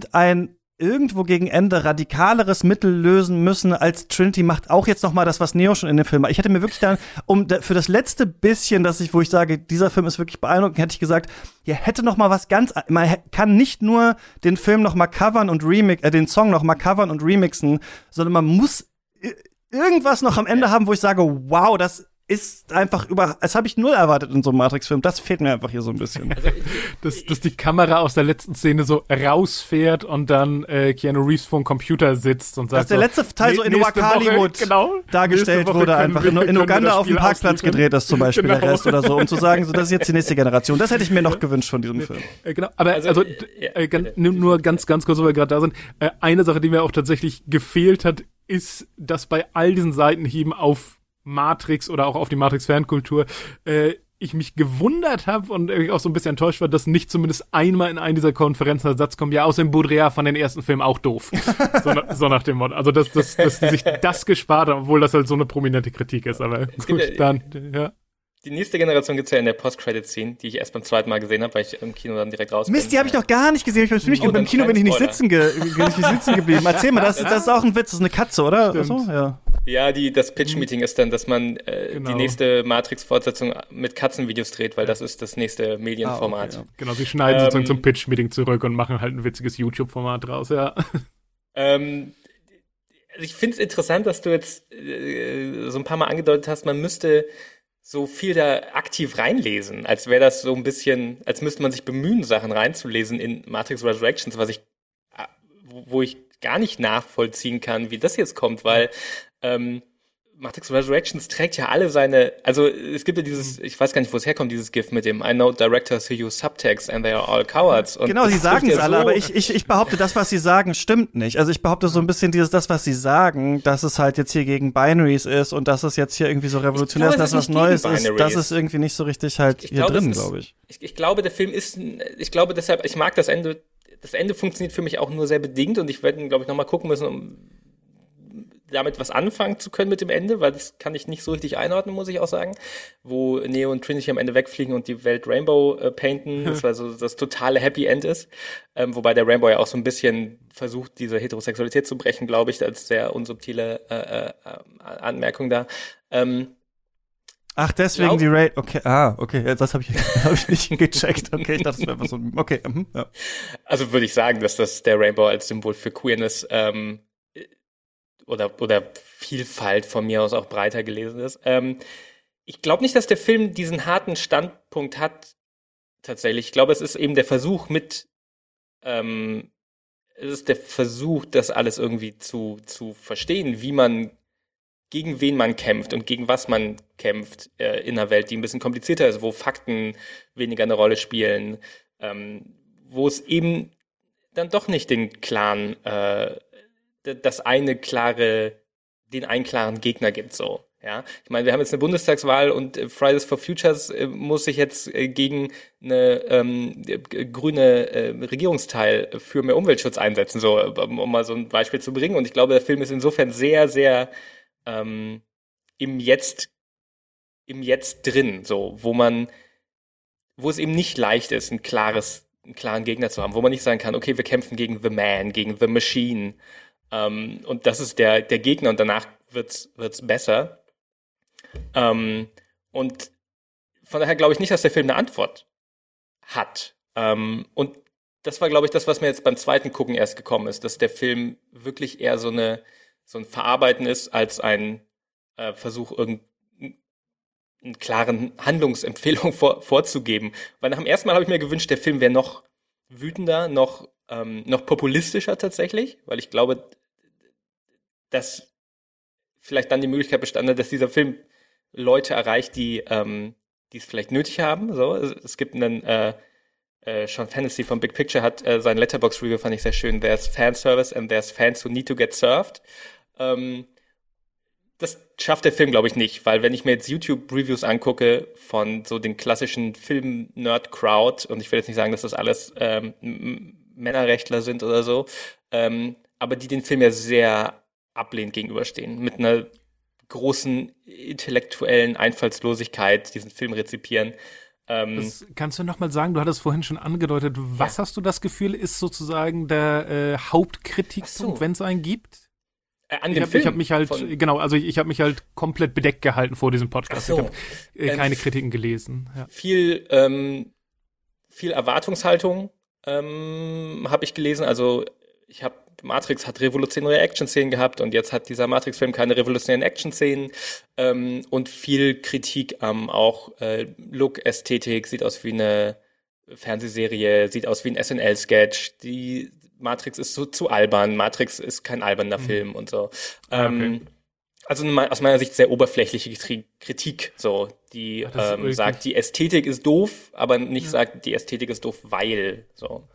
irgendwo gegen Ende radikaleres Mittel lösen müssen, als Trinity macht auch jetzt noch mal das, was Neo schon in dem Film macht. Ich hätte mir wirklich dann, für das letzte bisschen, wo ich sage, dieser Film ist wirklich beeindruckend, hätte ich gesagt, hier hätte noch mal was ganz, man kann nicht nur den Film noch mal covern und den Song noch mal covern und remixen, sondern man muss irgendwas noch am Ende haben, wo ich sage, wow, das ist einfach das habe ich null erwartet in so einem Matrix-Film. Das fehlt mir einfach hier so ein bisschen. Dass die Kamera aus der letzten Szene so rausfährt und dann Keanu Reeves vor dem Computer sitzt und sagt, dass der letzte Teil so in Hollywood dargestellt wurde, einfach in Uganda auf dem Parkplatz gedreht ist zum Beispiel, der Rest oder so, um zu sagen, so, das ist jetzt die nächste Generation. Das hätte ich mir noch gewünscht von diesem Film. Genau, aber nur ganz kurz, wo wir gerade da sind, eine Sache, die mir auch tatsächlich gefehlt hat, ist, dass bei all diesen Seitenhieben auf Matrix oder auch auf die Matrix-Fankultur ich mich gewundert habe und irgendwie auch so ein bisschen enttäuscht war, dass nicht zumindest einmal in einer dieser Konferenzen der Satz kommt, ja, außerdem Baudrillard von den ersten Filmen auch doof. so nach dem Motto. Also, dass die sich das gespart haben, obwohl das halt so eine prominente Kritik ist. Aber gut, dann, ja. Die nächste Generation gibt's ja in der Post-Credit-Scene, die ich erst beim zweiten Mal gesehen habe, weil ich im Kino dann direkt raus bin. Mist, die habe ich noch gar nicht gesehen. Beim Kino bin ich nicht sitzen geblieben. Erzähl mal, das ist auch ein Witz. Das ist eine Katze, oder? Achso, ja. Ja, das Pitch-Meeting ist dann, dass man die nächste Matrix-Fortsetzung mit Katzenvideos dreht, weil das ist das nächste Medienformat. Okay, ja. Genau, sie schneiden sozusagen zum Pitch-Meeting zurück und machen halt ein witziges YouTube-Format draus, ja. Ich finde es interessant, dass du jetzt so ein paar Mal angedeutet hast, man müsste so viel da aktiv reinlesen, als wäre das so ein bisschen, als müsste man sich bemühen, Sachen reinzulesen in Matrix Resurrections, wo ich gar nicht nachvollziehen kann, wie das jetzt kommt, weil Matrix Resurrections trägt ja alle also es gibt ja dieses, ich weiß gar nicht, wo es herkommt, dieses GIF mit dem I know directors who use subtext and they are all cowards. Und genau, sie sagen es alle, aber ich behaupte, das, was sie sagen, stimmt nicht. Also ich behaupte so ein bisschen das, was sie sagen, dass es halt jetzt hier gegen Binaries ist und dass es jetzt hier irgendwie so revolutionär ist, dass was Neues ist, das ist irgendwie nicht so richtig halt hier drin, glaube ich. Ich glaube, der Film deshalb, ich mag das Ende. Das Ende funktioniert für mich auch nur sehr bedingt und ich werde, glaube ich, nochmal gucken müssen, um damit was anfangen zu können mit dem Ende, weil das kann ich nicht so richtig einordnen, muss ich auch sagen, wo Neo und Trinity am Ende wegfliegen und die Welt Rainbow painten, das war so das totale Happy End ist, wobei der Rainbow ja auch so ein bisschen versucht, diese Heterosexualität zu brechen, glaube ich, als sehr unsubtile Anmerkung da. Ach, deswegen die Raid, okay, okay, das habe ich nicht gecheckt, okay, ich dachte, das wäre einfach so, okay, ja. Also würde ich sagen, dass das der Rainbow als Symbol für Queerness oder Vielfalt von mir aus auch breiter gelesen ist. Ich glaube nicht, dass der Film diesen harten Standpunkt hat, tatsächlich. Ich glaube, es ist eben der Versuch das alles irgendwie zu verstehen, gegen wen man kämpft und gegen was man kämpft, in einer Welt, die ein bisschen komplizierter ist, wo Fakten weniger eine Rolle spielen, wo es eben dann doch nicht den einen klaren Gegner gibt, so. Ja, ich meine, wir haben jetzt eine Bundestagswahl und Fridays for Futures muss sich jetzt gegen eine grüne Regierungsteil für mehr Umweltschutz einsetzen, so, um mal so ein Beispiel zu bringen. Und ich glaube, der Film ist insofern sehr, sehr im Jetzt drin, so, wo es eben nicht leicht ist, einen klaren Gegner zu haben, wo man nicht sagen kann, okay, wir kämpfen gegen The Man, gegen The Machine, und das ist der Gegner und danach wird's besser. Und von daher glaube ich nicht, dass der Film eine Antwort hat. Und das war, glaube ich, das, was mir jetzt beim zweiten Gucken erst gekommen ist, dass der Film wirklich eher so ein Verarbeiten ist, als ein Versuch, irgendeinen klaren Handlungsempfehlung vorzugeben. Weil nach dem ersten Mal habe ich mir gewünscht, der Film wäre noch wütender, noch populistischer tatsächlich, weil ich glaube, dass vielleicht dann die Möglichkeit bestand, dass dieser Film Leute erreicht, die es vielleicht nötig haben. So, es gibt einen Sean Hennessy von Big Picture hat sein Letterboxd Review, fand ich sehr schön. There's Fanservice and there's fans who need to get served. Das schafft der Film, glaube ich, nicht, weil wenn ich mir jetzt YouTube-Reviews angucke von so den klassischen Film-Nerd-Crowd, und ich will jetzt nicht sagen, dass das alles Männerrechtler sind oder so, aber die den Film ja sehr ablehnend gegenüberstehen, mit einer großen intellektuellen Einfallslosigkeit diesen Film rezipieren. Das kannst du nochmal sagen, du hattest vorhin schon angedeutet, was hast du das Gefühl, ist sozusagen der Hauptkritikpunkt, wenn es einen gibt? An dem Film? Ich habe mich halt, ich habe mich halt komplett bedeckt gehalten vor diesem Podcast. Ich habe keine Kritiken gelesen. Ja. Viel Erwartungshaltung habe ich gelesen, also Matrix hat revolutionäre Action-Szenen gehabt und jetzt hat dieser Matrix-Film keine revolutionären Action-Szenen, und viel Kritik am auch Look, Ästhetik, sieht aus wie eine Fernsehserie, sieht aus wie ein SNL-Sketch, die Matrix ist so zu albern, Matrix ist kein alberner Film und so. Okay. Also aus meiner Sicht sehr oberflächliche Kritik, so, die sagt, die Ästhetik ist doof, aber nicht sagt, die Ästhetik ist doof, weil, so.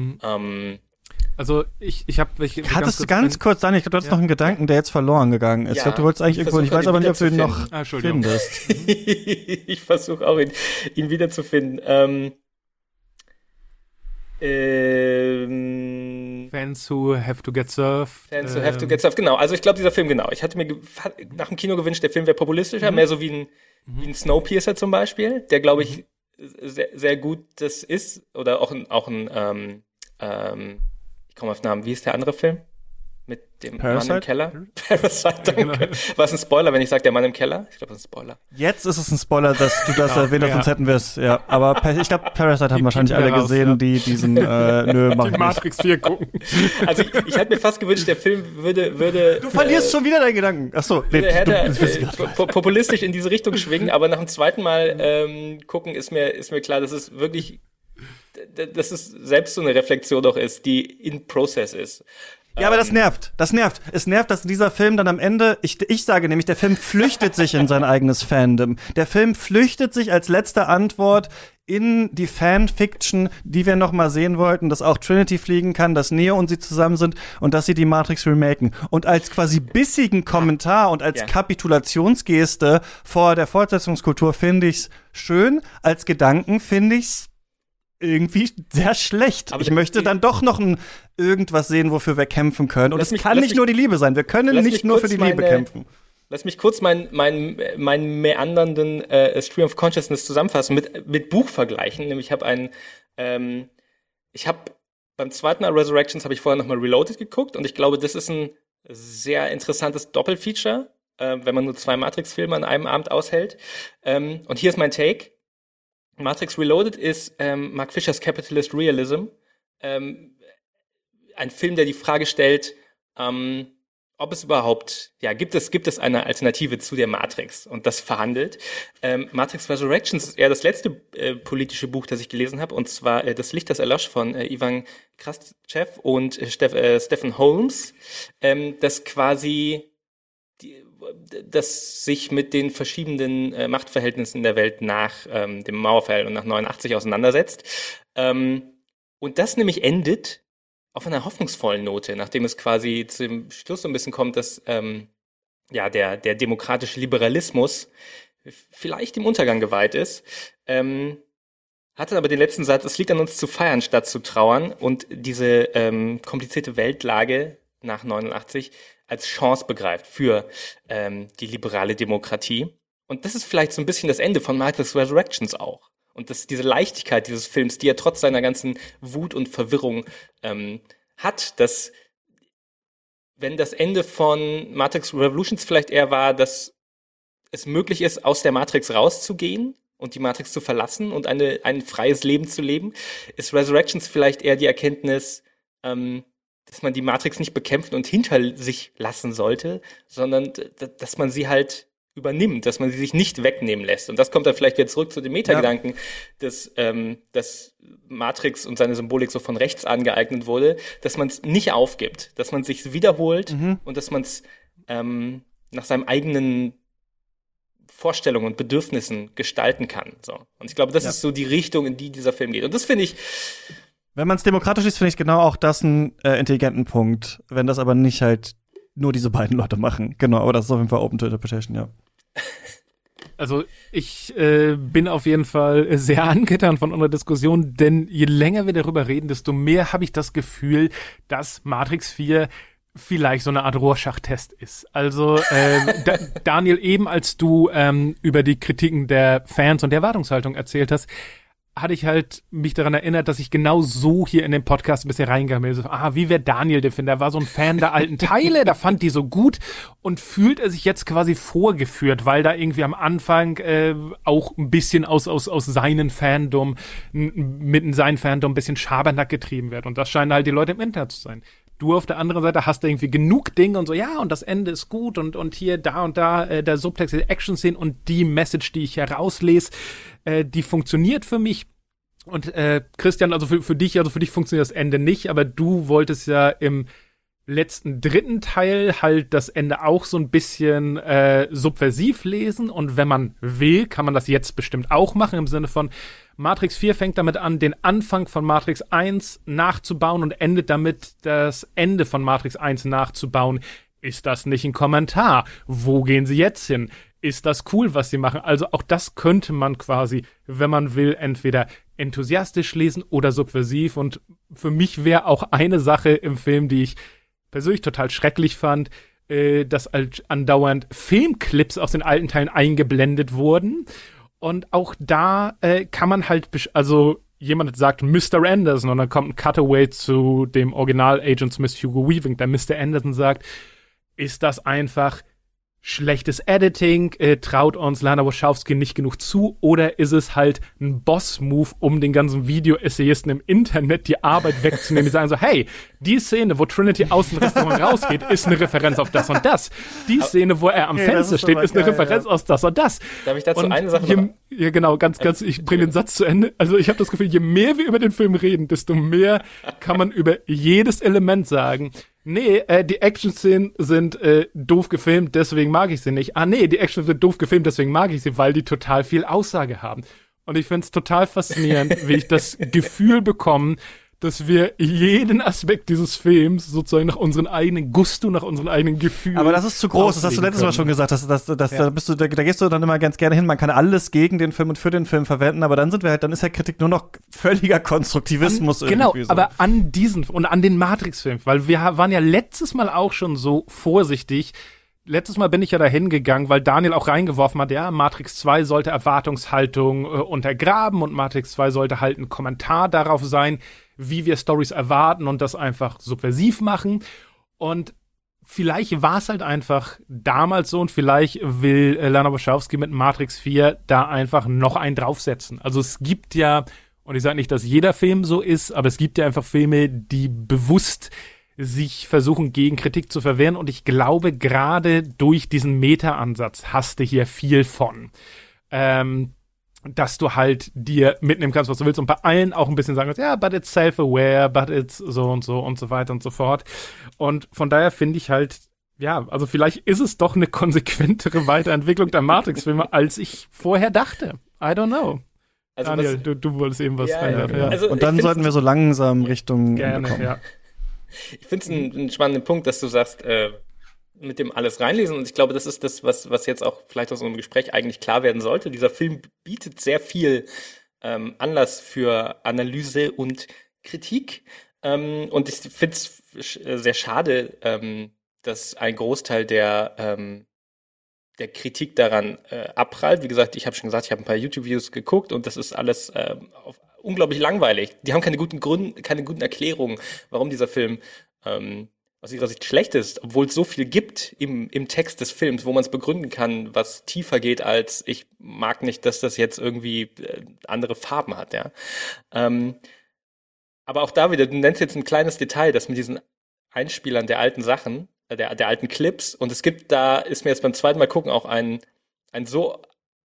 Also ich habe welche. Hattest du ganz kurz, Daniel, ich glaube, du hattest noch einen Gedanken, der jetzt verloren gegangen ist. Ich glaube, du wolltest eigentlich irgendwo, ich weiß aber nicht, ob du ihn noch findest. Ich versuche auch, ihn wiederzufinden. Fans who have to get served. Fans who have to get served, genau. Also ich glaube, dieser Film, genau. Ich hatte mir nach dem Kino gewünscht, der Film wäre populistischer, mehr so wie ein Snowpiercer zum Beispiel, der, glaube ich, sehr, sehr gut das ist. Oder auch ein ich komme auf den Namen, wie ist der andere Film? Mit dem Parasite? Mann im Keller? Parasite, danke. Genau. War es ein Spoiler, wenn ich sage, der Mann im Keller? Ich glaube, das ist ein Spoiler. Jetzt ist es ein Spoiler, dass du das erwähnt hast, sonst hätten wir es, ja. Aber ich glaube, Parasite haben wahrscheinlich alle gesehen, die diesen, mach ich nicht. Matrix 4 gucken. Also ich hätte mir fast gewünscht, der Film würde Du verlierst schon wieder deinen Gedanken. Achso, populistisch in diese Richtung schwingen, aber nach dem zweiten Mal gucken ist mir klar, dass es wirklich, dass es selbst so eine Reflexion doch ist, die in Process ist. Ja, aber das nervt. Es nervt, dass dieser Film dann am Ende, ich sage nämlich, der Film flüchtet sich in sein eigenes Fandom. Der Film flüchtet sich als letzte Antwort in die Fanfiction, die wir noch mal sehen wollten, dass auch Trinity fliegen kann, dass Neo und sie zusammen sind und dass sie die Matrix remaken. Und als quasi bissigen Kommentar und als Kapitulationsgeste vor der Fortsetzungskultur finde ich's schön. Als Gedanken finde ich's irgendwie sehr schlecht. Aber ich möchte dann doch noch irgendwas sehen, wofür wir kämpfen können. Und es kann nicht nur die Liebe sein. Wir können nicht nur für die Liebe kämpfen. Lass mich kurz meinen meandernden Stream of Consciousness zusammenfassen, mit Buch vergleichen. Nämlich ich habe beim zweiten Mal Resurrections habe ich vorher nochmal Reloaded geguckt und ich glaube, das ist ein sehr interessantes Doppelfeature, wenn man nur 2 Matrix-Filme an einem Abend aushält. Und hier ist mein Take. Matrix Reloaded ist Mark Fischers Capitalist Realism. Ein Film, der die Frage stellt, ob es überhaupt, gibt es eine Alternative zu der Matrix und das verhandelt. Matrix Resurrections ist eher das letzte politische Buch, das ich gelesen habe, und zwar Das Licht, das erlosch von Ivan Krastev und Stephen Holmes, das quasi das sich mit den verschiedenen Machtverhältnissen der Welt nach dem Mauerfall und nach 89 auseinandersetzt. Und das nämlich endet auf einer hoffnungsvollen Note, nachdem es quasi zum Schluss so ein bisschen kommt, dass der demokratische Liberalismus vielleicht dem Untergang geweiht ist, hat dann aber den letzten Satz: Es liegt an uns zu feiern, statt zu trauern, und diese komplizierte Weltlage nach 89 als Chance begreift für die liberale Demokratie. Und das ist vielleicht so ein bisschen das Ende von Matrix Resurrections auch. Und diese Leichtigkeit dieses Films, die er trotz seiner ganzen Wut und Verwirrung hat, dass, wenn das Ende von Matrix Revolutions vielleicht eher war, dass es möglich ist, aus der Matrix rauszugehen und die Matrix zu verlassen und ein freies Leben zu leben, ist Resurrections vielleicht eher die Erkenntnis, dass man die Matrix nicht bekämpfen und hinter sich lassen sollte, sondern dass man sie halt übernimmt, dass man sie sich nicht wegnehmen lässt. Und das kommt dann vielleicht wieder zurück zu dem Metagedanken, dass Matrix und seine Symbolik so von rechts angeeignet wurde, dass man es nicht aufgibt, dass man es sich wiederholt und dass man es nach seinem eigenen Vorstellungen und Bedürfnissen gestalten kann. So. Und ich glaube, das ist so die Richtung, in die dieser Film geht. Und das finde ich, wenn man es demokratisch ist, finde ich genau auch das einen intelligenten Punkt. Wenn das aber nicht halt nur diese beiden Leute machen. Genau, aber das ist auf jeden Fall Open to Interpretation, ja. Also ich bin auf jeden Fall sehr angetan von unserer Diskussion, denn je länger wir darüber reden, desto mehr habe ich das Gefühl, dass Matrix 4 vielleicht so eine Art Rorschach-Test ist. Also Daniel, eben als du über die Kritiken der Fans und der Erwartungshaltung erzählt hast, hatte ich halt mich daran erinnert, dass ich genau so hier in den Podcast bisher reingegangen bin. So, wie wäre Daniel der Film? Der war so ein Fan der alten Teile, der fand die so gut und fühlt er sich jetzt quasi vorgeführt, weil da irgendwie am Anfang auch ein bisschen aus seinem Fandom, mit seinem Fandom ein bisschen Schabernack getrieben wird. Und das scheinen halt die Leute im Internet zu sein. Du auf der anderen Seite hast da irgendwie genug Dinge und so, ja, und das Ende ist gut und hier, da und da, der Subtext, die Action-Szenen und die Message, die ich herauslese, die funktioniert für mich. Und Christian, also für dich funktioniert das Ende nicht, aber du wolltest ja im letzten dritten Teil halt das Ende auch so ein bisschen subversiv lesen, und wenn man will, kann man das jetzt bestimmt auch machen, im Sinne von Matrix 4 fängt damit an, den Anfang von Matrix 1 nachzubauen und endet damit, das Ende von Matrix 1 nachzubauen. Ist das nicht ein Kommentar? Wo gehen sie jetzt hin? Ist das cool, was sie machen? Also auch das könnte man quasi, wenn man will, entweder enthusiastisch lesen oder subversiv. Und für mich wäre auch eine Sache im Film, die ich persönlich total schrecklich fand, dass andauernd Filmclips aus den alten Teilen eingeblendet wurden. Und auch da kann man halt, also jemand sagt Mr. Anderson und dann kommt ein Cutaway zu dem Original-Agent Smith Hugo Weaving, der Mr. Anderson sagt, ist das einfach schlechtes Editing, traut uns Lana Wachowski nicht genug zu, oder ist es halt ein Boss-Move, um den ganzen Video-Essayisten im Internet die Arbeit wegzunehmen, die sagen so, hey, die Szene, wo Trinity aus dem Restaurant rausgeht, ist eine Referenz auf das und das. Die Szene, wo er am Fenster steht, ist eine Referenz aus das und das. Darf ich dazu eine Sache noch? Ja, genau, ganz, ich bringe den Satz zu Ende. Also ich habe das Gefühl, je mehr wir über den Film reden, desto mehr kann man über jedes Element sagen. Nee, die Action-Szenen sind doof gefilmt, deswegen mag ich sie nicht. Nee, die Action sind doof gefilmt, deswegen mag ich sie, weil die total viel Aussage haben. Und ich find's total faszinierend, wie ich das Gefühl bekomme, dass wir jeden Aspekt dieses Films sozusagen nach unseren eigenen Gusto, nach unseren eigenen Gefühlen. Aber das ist zu groß, das hast du letztes Mal schon gesagt, da gehst du dann immer ganz gerne hin, man kann alles gegen den Film und für den Film verwenden, aber dann dann ist ja Kritik nur noch völliger Konstruktivismus genau, irgendwie so. Aber an diesen und an den Matrix-Film, weil wir waren ja letztes Mal auch schon so vorsichtig. Letztes Mal bin ich ja da hingegangen, weil Daniel auch reingeworfen hat, ja, Matrix 2 sollte Erwartungshaltung untergraben und Matrix 2 sollte halt ein Kommentar darauf sein, wie wir Storys erwarten und das einfach subversiv machen. Und vielleicht war es halt einfach damals so und vielleicht will Lana Wachowski mit Matrix 4 da einfach noch einen draufsetzen. Also es gibt ja, und ich sage nicht, dass jeder Film so ist, aber es gibt ja einfach Filme, die bewusst sich versuchen, gegen Kritik zu verwehren. Und ich glaube, gerade durch diesen Meta-Ansatz hast du hier viel von. Dass du halt dir mitnehmen kannst, was du willst und bei allen auch ein bisschen sagen kannst, ja, but it's self-aware, but it's so und so weiter und so fort. Und von daher finde ich halt, ja, also vielleicht ist es doch eine konsequentere Weiterentwicklung der Matrix-Filme, als ich vorher dachte. I don't know. Also Daniel, du wolltest eben was reinwerfen. Ja. Also, und dann sollten wir so langsam Richtung gerne, kommen. Ja. Ich finde es einen spannenden Punkt, dass du sagst, mit dem alles reinlesen. Und ich glaube, das ist das, was jetzt auch vielleicht aus unserem Gespräch eigentlich klar werden sollte. Dieser Film bietet sehr viel Anlass für Analyse und Kritik. Und ich finde es sehr schade, dass ein Großteil der Kritik daran abprallt. Wie gesagt, ich habe schon gesagt, ich habe ein paar YouTube-Videos geguckt und das ist alles unglaublich langweilig. Die haben keine guten Erklärungen, warum dieser Film aus ihrer Sicht schlecht ist, obwohl es so viel gibt im Text des Films, wo man es begründen kann, was tiefer geht als ich mag nicht, dass das jetzt irgendwie andere Farben hat, ja. Aber auch da wieder, du nennst jetzt ein kleines Detail, das mit diesen Einspielern der alten Sachen, der alten Clips, und es gibt, da ist mir jetzt beim zweiten Mal gucken auch ein so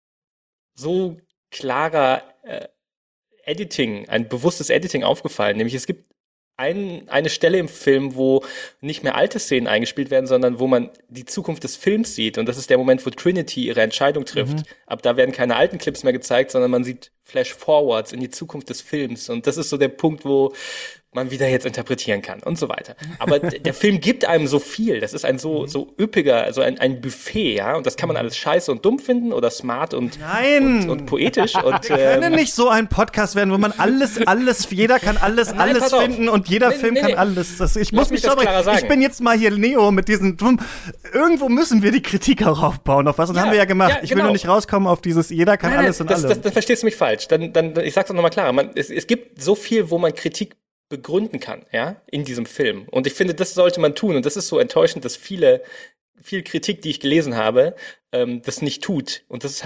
klarer Editing, ein bewusstes Editing aufgefallen, nämlich es gibt eine Stelle im Film, wo nicht mehr alte Szenen eingespielt werden, sondern wo man die Zukunft des Films sieht. Und das ist der Moment, wo Trinity ihre Entscheidung trifft. Ab da werden keine alten Clips mehr gezeigt, sondern man sieht Flash-Forwards in die Zukunft des Films. Und das ist so der Punkt, wo man wieder jetzt interpretieren kann und so weiter. Aber der Film gibt einem so viel. Das ist ein so üppiger, also ein Buffet, ja. Und das kann man alles scheiße und dumm finden oder smart und poetisch. Und, wir können nicht so ein Podcast werden, wo man alles, jeder kann alles finden und jeder Film kann alles. Ich muss mich sagen, ich bin jetzt mal hier Neo mit diesen, irgendwo müssen wir die Kritik auch aufbauen auf was. Und das haben wir ja gemacht. Ja, ich will nur nicht rauskommen auf dieses, jeder kann alles und alles. Dann verstehst du mich falsch. Dann ich sag's doch nochmal klarer. Es gibt so viel, wo man Kritik begründen kann, ja, in diesem Film. Und ich finde, das sollte man tun. Und das ist so enttäuschend, dass viel Kritik, die ich gelesen habe, das nicht tut. Und das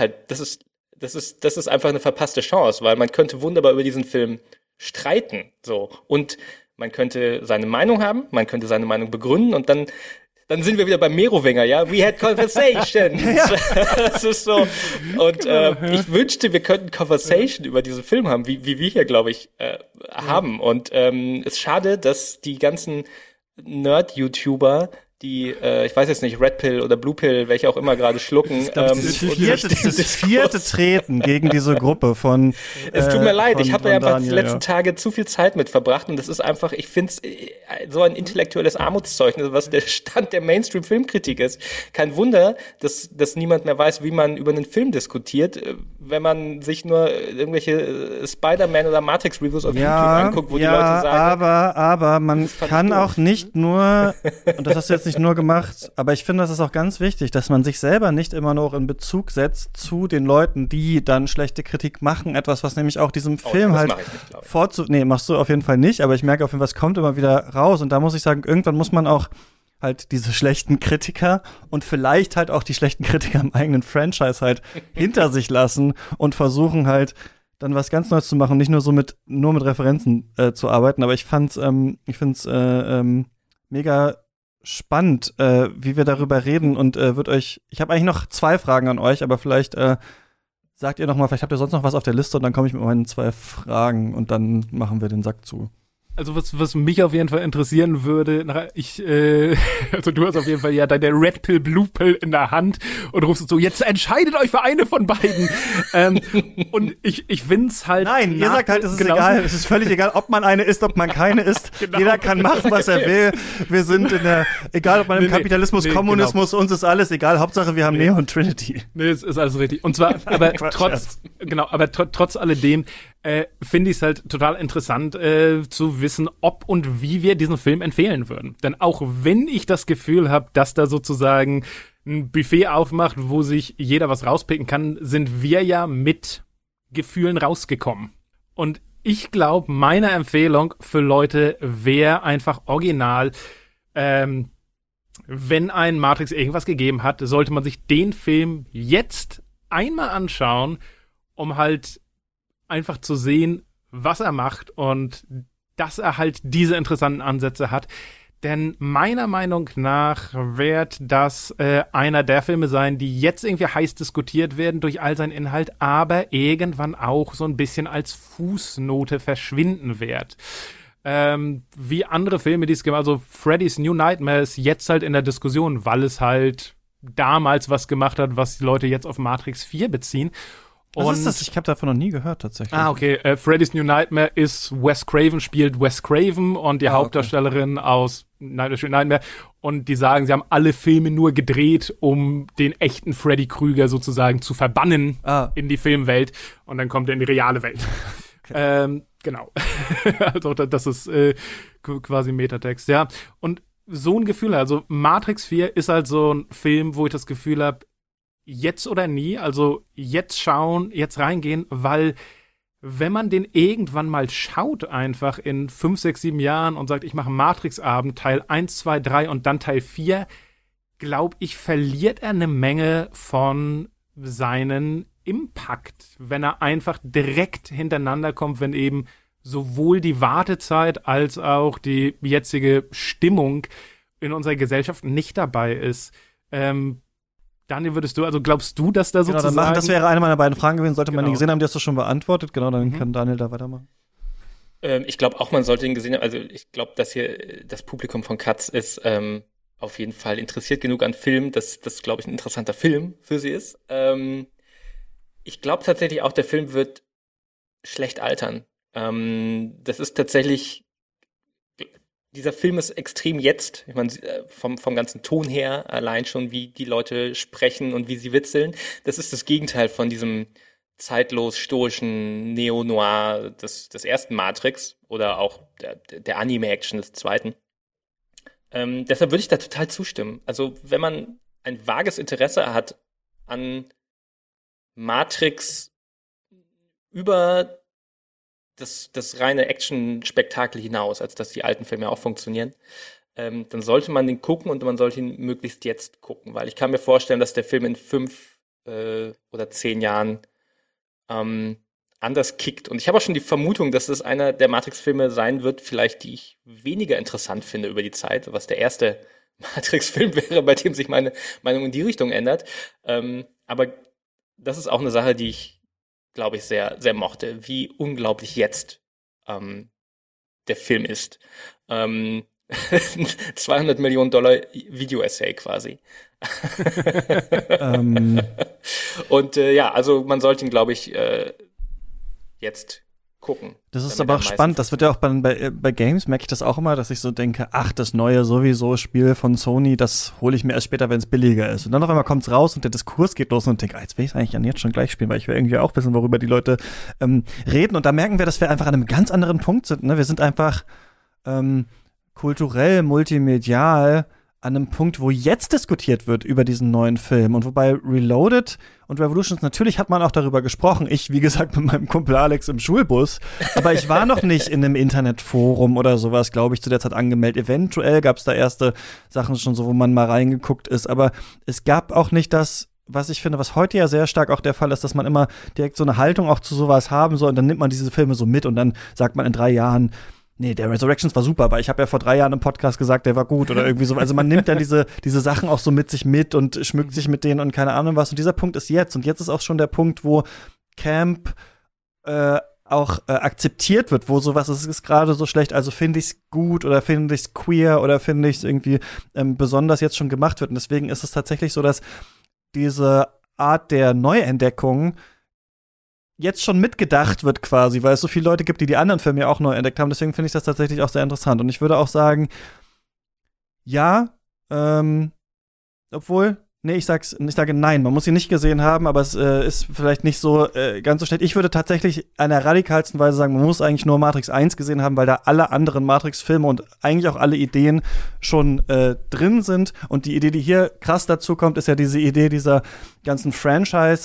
ist einfach eine verpasste Chance, weil man könnte wunderbar über diesen Film streiten, so. Und man könnte seine Meinung haben, man könnte seine Meinung begründen und dann sind wir wieder beim Merowinger, ja. We had conversations. Das ist so. Und ich wünschte, wir könnten Conversation über diesen Film haben, wie wir hier, glaube ich, haben. Und es ist schade, dass die ganzen Nerd-YouTuber, die, ich weiß jetzt nicht, Red Pill oder Blue Pill, welche auch immer gerade schlucken. Das vierte Treten gegen diese Gruppe von Es tut mir leid, ich habe da einfach die letzten Tage zu viel Zeit mit verbracht und das ist einfach, ich finde es so ein intellektuelles Armutszeugnis, was der Stand der Mainstream-Filmkritik ist. Kein Wunder, dass niemand mehr weiß, wie man über einen Film diskutiert, wenn man sich nur irgendwelche Spider-Man oder Matrix-Reviews auf YouTube anguckt, wo die Leute sagen. Aber man kann auch nicht nur, und das hast du jetzt nicht nur gemacht, aber ich finde, das ist auch ganz wichtig, dass man sich selber nicht immer noch in Bezug setzt zu den Leuten, die dann schlechte Kritik machen. Etwas, was nämlich auch diesem Film halt machst du auf jeden Fall nicht, aber ich merke auf jeden Fall, es kommt immer wieder raus und da muss ich sagen, irgendwann muss man auch halt diese schlechten Kritiker und vielleicht halt auch die schlechten Kritiker im eigenen Franchise halt hinter sich lassen und versuchen halt dann was ganz Neues zu machen und nicht nur mit Referenzen zu arbeiten, aber ich find's mega spannend, wie wir darüber reden und ich habe eigentlich noch 2 Fragen an euch, aber vielleicht sagt ihr noch mal, vielleicht habt ihr sonst noch was auf der Liste und dann komme ich mit meinen 2 Fragen und dann machen wir den Sack zu. Also was mich auf jeden Fall interessieren würde, also du hast auf jeden Fall ja deine Red Pill, Blue Pill in der Hand und rufst so, jetzt entscheidet euch für eine von beiden. Und ich find's halt. Nein, ihr sagt halt, es ist egal, es ist völlig egal, ob man eine ist, ob man keine ist. Genau. Jeder kann machen, was er will. Wir sind egal ob man im Kapitalismus, Kommunismus, uns ist alles egal. Hauptsache wir haben Neo und Trinity. Nee, es ist alles richtig. Und zwar, aber trotz alledem, finde ich es halt total interessant zu wissen, ob und wie wir diesen Film empfehlen würden. Denn auch wenn ich das Gefühl habe, dass da sozusagen ein Buffet aufmacht, wo sich jeder was rauspicken kann, sind wir ja mit Gefühlen rausgekommen. Und ich glaube, meine Empfehlung für Leute wäre einfach original, wenn ein Matrix irgendwas gegeben hat, sollte man sich den Film jetzt einmal anschauen, um halt einfach zu sehen, was er macht und dass er halt diese interessanten Ansätze hat. Denn meiner Meinung nach wird das einer der Filme sein, die jetzt irgendwie heiß diskutiert werden durch all seinen Inhalt, aber irgendwann auch so ein bisschen als Fußnote verschwinden wird. Wie andere Filme, die es gibt, also Freddy's New Nightmare ist jetzt halt in der Diskussion, weil es halt damals was gemacht hat, was die Leute jetzt auf Matrix 4 beziehen. Was ist das? Ich habe davon noch nie gehört, tatsächlich. Okay. Freddy's New Nightmare ist Wes Craven, spielt Wes Craven und die Hauptdarstellerin aus Nightmare Nightmare. Und die sagen, sie haben alle Filme nur gedreht, um den echten Freddy Krüger sozusagen zu verbannen in die Filmwelt. Und dann kommt er in die reale Welt. Okay. Genau. Also das ist quasi Metatext, ja. Und so ein Gefühl, also Matrix 4 ist halt so ein Film, wo ich das Gefühl habe, jetzt oder nie, also jetzt schauen, jetzt reingehen, weil wenn man den irgendwann mal schaut, einfach in 5, 6, 7 Jahren und sagt, ich mache Matrix-Abend, Teil 1, 2, 3 und dann Teil 4, glaube ich, verliert er eine Menge von seinen Impact, wenn er einfach direkt hintereinander kommt, wenn eben sowohl die Wartezeit als auch die jetzige Stimmung in unserer Gesellschaft nicht dabei ist. Daniel, glaubst du, dass da sozusagen... Genau, das wäre eine meiner beiden Fragen gewesen. Sollte man den gesehen haben, die hast du schon beantwortet. Genau, dann kann Daniel da weitermachen. Ich glaube auch, man sollte ihn gesehen haben. Also ich glaube, dass hier das Publikum von Katz ist auf jeden Fall interessiert genug an Filmen, dass das, glaube ich, ein interessanter Film für sie ist. Ich glaube tatsächlich auch, der Film wird schlecht altern. Das ist tatsächlich... Dieser Film ist extrem jetzt, ich meine, vom ganzen Ton her, allein schon, wie die Leute sprechen und wie sie witzeln. Das ist das Gegenteil von diesem zeitlos stoischen Neo-Noir des ersten Matrix oder auch der Anime-Action des zweiten. Deshalb würde ich da total zustimmen. Also wenn man ein vages Interesse hat an Matrix über das reine Action-Spektakel hinaus, als dass die alten Filme auch funktionieren, dann sollte man den gucken und man sollte ihn möglichst jetzt gucken, weil ich kann mir vorstellen, dass der Film in 5 oder 10 Jahren anders kickt. Und ich habe auch schon die Vermutung, dass es einer der Matrix-Filme sein wird, vielleicht die ich weniger interessant finde über die Zeit, was der erste Matrix-Film wäre, bei dem sich meine Meinung in die Richtung ändert. Aber das ist auch eine Sache, die ich, glaube ich, sehr, sehr mochte, wie unglaublich jetzt der Film ist. 200 Millionen Dollar Video-Essay quasi. Und also man sollte ihn, glaube ich, jetzt gucken. Das ist aber auch spannend. Das wird ja auch bei Games, merke ich das auch immer, dass ich so denke, ach, das neue sowieso Spiel von Sony, das hole ich mir erst später, wenn es billiger ist. Und dann auf einmal kommt's raus und der Diskurs geht los und ich denke, jetzt will ich es eigentlich jetzt schon gleich spielen, weil ich will irgendwie auch wissen, worüber die Leute reden. Und da merken wir, dass wir einfach an einem ganz anderen Punkt sind. Ne? Wir sind einfach kulturell, multimedial an einem Punkt, wo jetzt diskutiert wird über diesen neuen Film. Und wobei Reloaded und Revolutions, natürlich hat man auch darüber gesprochen. Ich, wie gesagt, mit meinem Kumpel Alex im Schulbus. Aber ich war noch nicht in einem Internetforum oder sowas, glaube ich, zu der Zeit angemeldet. Eventuell gab es da erste Sachen schon so, wo man mal reingeguckt ist. Aber es gab auch nicht das, was ich finde, was heute ja sehr stark auch der Fall ist, dass man immer direkt so eine Haltung auch zu sowas haben soll. Und dann nimmt man diese Filme so mit und dann sagt man in 3 Jahren, nee, der Resurrections war super, weil ich habe ja vor 3 Jahren im Podcast gesagt, der war gut oder irgendwie so. Also man nimmt dann diese Sachen auch so mit sich mit und schmückt sich mit denen und keine Ahnung was. Und dieser Punkt ist jetzt. Und jetzt ist auch schon der Punkt, wo Camp auch akzeptiert wird, wo sowas ist gerade so schlecht, also finde ich es gut oder finde ich es queer oder finde ich es irgendwie besonders jetzt schon gemacht wird. Und deswegen ist es tatsächlich so, dass diese Art der Neuentdeckung jetzt schon mitgedacht wird quasi, weil es so viele Leute gibt, die die anderen Filme ja auch neu entdeckt haben. Deswegen finde ich das tatsächlich auch sehr interessant. Und ich würde auch sagen, ja, obwohl, nee, ich sage nein, man muss ihn nicht gesehen haben, aber es ist vielleicht nicht so ganz so schlecht. Ich würde tatsächlich einer radikalsten Weise sagen, man muss eigentlich nur Matrix 1 gesehen haben, weil da alle anderen Matrix-Filme und eigentlich auch alle Ideen schon drin sind. Und die Idee, die hier krass dazu kommt, ist ja diese Idee dieser ganzen Franchise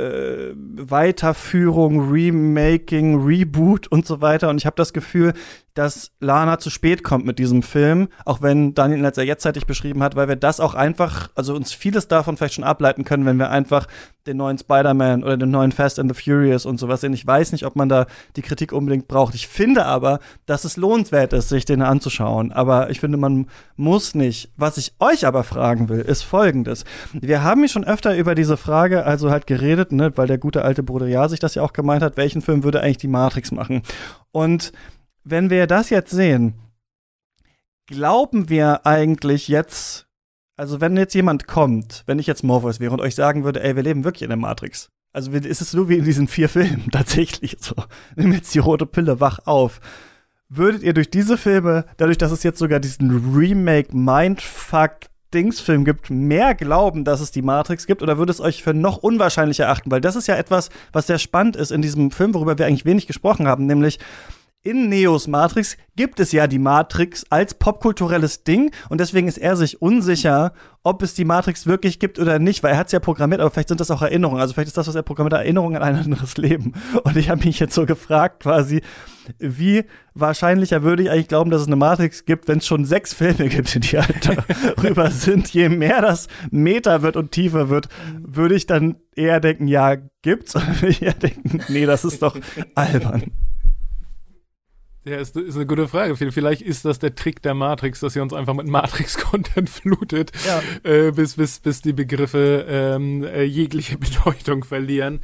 Weiterführung, Remaking, Reboot und so weiter. Und ich habe das Gefühl, dass Lana zu spät kommt mit diesem Film, auch wenn Daniel ihn als er jetztzeitig beschrieben hat, weil wir das auch einfach, also uns vieles davon vielleicht schon ableiten können, wenn wir einfach den neuen Spider-Man oder den neuen Fast and the Furious und sowas sehen. Ich weiß nicht, ob man da die Kritik unbedingt braucht. Ich finde aber, dass es lohnenswert ist, sich den anzuschauen. Aber ich finde, man muss nicht. Was ich euch aber fragen will, ist Folgendes. Wir haben ja schon öfter über diese Frage also halt geredet, ne, weil der gute alte Baudrillard sich das ja auch gemeint hat, welchen Film würde eigentlich die Matrix machen? Und wenn wir das jetzt sehen, glauben wir eigentlich jetzt, also wenn jetzt jemand kommt, wenn ich jetzt Morpheus wäre und euch sagen würde, ey, wir leben wirklich in der Matrix. Also ist es so wie in diesen 4 Filmen tatsächlich so. Nimm jetzt die rote Pille, wach auf. Würdet ihr durch diese Filme, dadurch, dass es jetzt sogar diesen Remake-Mindfuck-Dingsfilm gibt, mehr glauben, dass es die Matrix gibt, oder würde es euch für noch unwahrscheinlicher erachten? Weil das ist ja etwas, was sehr spannend ist in diesem Film, worüber wir eigentlich wenig gesprochen haben, nämlich in Neos Matrix gibt es ja die Matrix als popkulturelles Ding und deswegen ist er sich unsicher, ob es die Matrix wirklich gibt oder nicht, weil er hat es ja programmiert, aber vielleicht sind das auch Erinnerungen. Also vielleicht ist das, was er programmiert, Erinnerungen an ein anderes Leben. Und ich habe mich jetzt so gefragt quasi, wie wahrscheinlicher würde ich eigentlich glauben, dass es eine Matrix gibt, wenn es schon 6 Filme gibt, die halt darüber sind. Je mehr das Meta wird und tiefer wird, würde ich dann eher denken, ja, gibt's? Oder würde ich eher denken, nee, das ist doch albern. Ja, ist eine gute Frage. Vielleicht ist das der Trick der Matrix, dass sie uns einfach mit Matrix-Content flutet, ja. bis die Begriffe jegliche Bedeutung verlieren.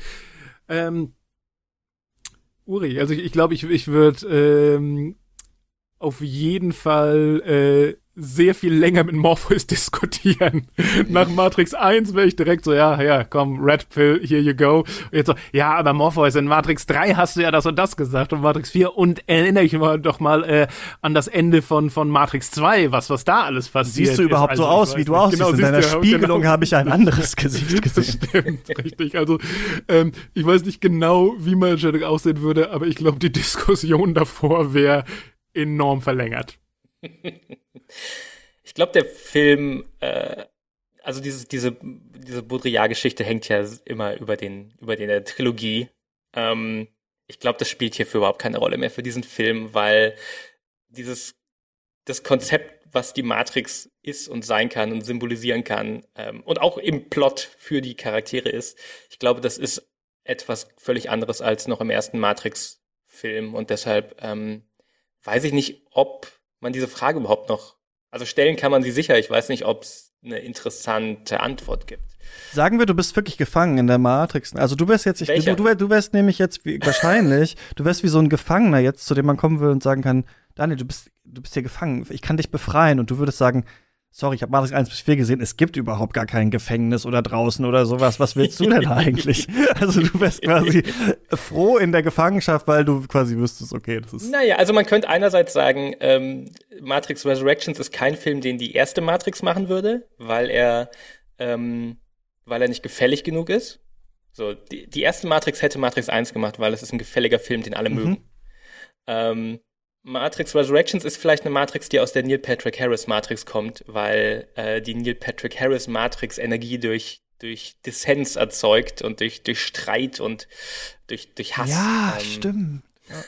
Uri, also ich glaube, ich würde auf jeden Fall sehr viel länger mit Morpheus diskutieren. Nach Matrix 1 wäre ich direkt so, ja, komm, Red Pill, here you go. Und jetzt so, ja, aber Morpheus, in Matrix 3 hast du ja das und das gesagt und Matrix 4 und erinnere ich mal doch mal an das Ende von Matrix 2, was da alles passiert. Siehst du überhaupt also, so aus, wie du aussiehst? Genau, in deiner Spiegelung habe ich ein anderes Gesicht gesehen. Das stimmt, richtig. Also, ich weiß nicht genau, wie man aussehen würde, aber ich glaube, die Diskussion davor wäre enorm verlängert. Ich glaube, der Film, also diese Baudrillard-Geschichte hängt ja immer über der Trilogie. Ich glaube, das spielt hier für überhaupt keine Rolle mehr für diesen Film, weil das Konzept, was die Matrix ist und sein kann und symbolisieren kann, und auch im Plot für die Charaktere ist, ich glaube, das ist etwas völlig anderes als noch im ersten Matrix-Film und deshalb weiß ich nicht, ob man diese Frage überhaupt noch, also stellen kann man sie sicher, ich weiß nicht, ob es eine interessante Antwort gibt. Sagen wir, du bist wirklich gefangen in der Matrix. Also du wärst jetzt, du wärst nämlich jetzt wahrscheinlich, du wärst wie so ein Gefangener jetzt, zu dem man kommen will und sagen kann, Daniel, du bist hier gefangen, ich kann dich befreien. Und du würdest sagen, sorry, ich habe Matrix 1 bis 4 gesehen, es gibt überhaupt gar kein Gefängnis oder draußen oder sowas. Was willst du denn eigentlich? Also du wärst quasi froh in der Gefangenschaft, weil du quasi wüsstest, okay, das ist... Naja, also man könnte einerseits sagen, Matrix Resurrections ist kein Film, den die erste Matrix machen würde, weil er nicht gefällig genug ist. So, die erste Matrix hätte Matrix 1 gemacht, weil es ist ein gefälliger Film, den alle mögen. Matrix Resurrections ist vielleicht eine Matrix, die aus der Neil Patrick Harris Matrix kommt, weil die Neil Patrick Harris Matrix Energie durch Dissens erzeugt und durch Streit und durch Hass. Ja, stimmt.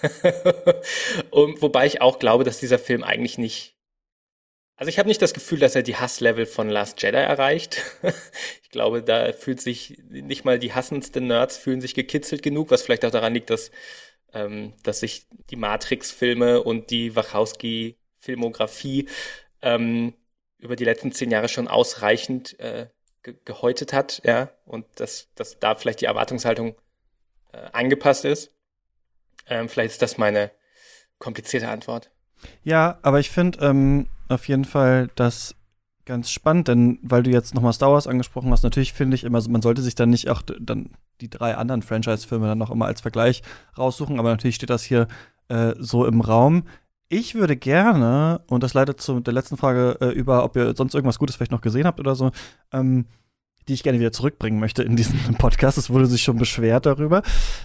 Und wobei ich auch glaube, dass dieser Film eigentlich nicht, also ich habe nicht das Gefühl, dass er die Hasslevel von Last Jedi erreicht. Ich glaube, da fühlt sich nicht mal die hassendsten Nerds fühlen sich gekitzelt genug, was vielleicht auch daran liegt, dass sich die Matrix-Filme und die Wachowski-Filmografie über die letzten 10 Jahre schon ausreichend gehäutet hat, ja, und dass da vielleicht die Erwartungshaltung angepasst ist. Vielleicht ist das meine komplizierte Antwort. Ja, aber ich finde auf jeden Fall das ganz spannend, denn weil du jetzt nochmal Star Wars angesprochen hast, natürlich finde ich immer, man sollte sich dann nicht auch dann die 3 anderen Franchise-Filme dann noch immer als Vergleich raussuchen, aber natürlich steht das hier so im Raum. Ich würde gerne, und das leitet zu der letzten Frage über, ob ihr sonst irgendwas Gutes vielleicht noch gesehen habt oder so, die ich gerne wieder zurückbringen möchte in diesen Podcast. Es wurde sich schon beschwert darüber.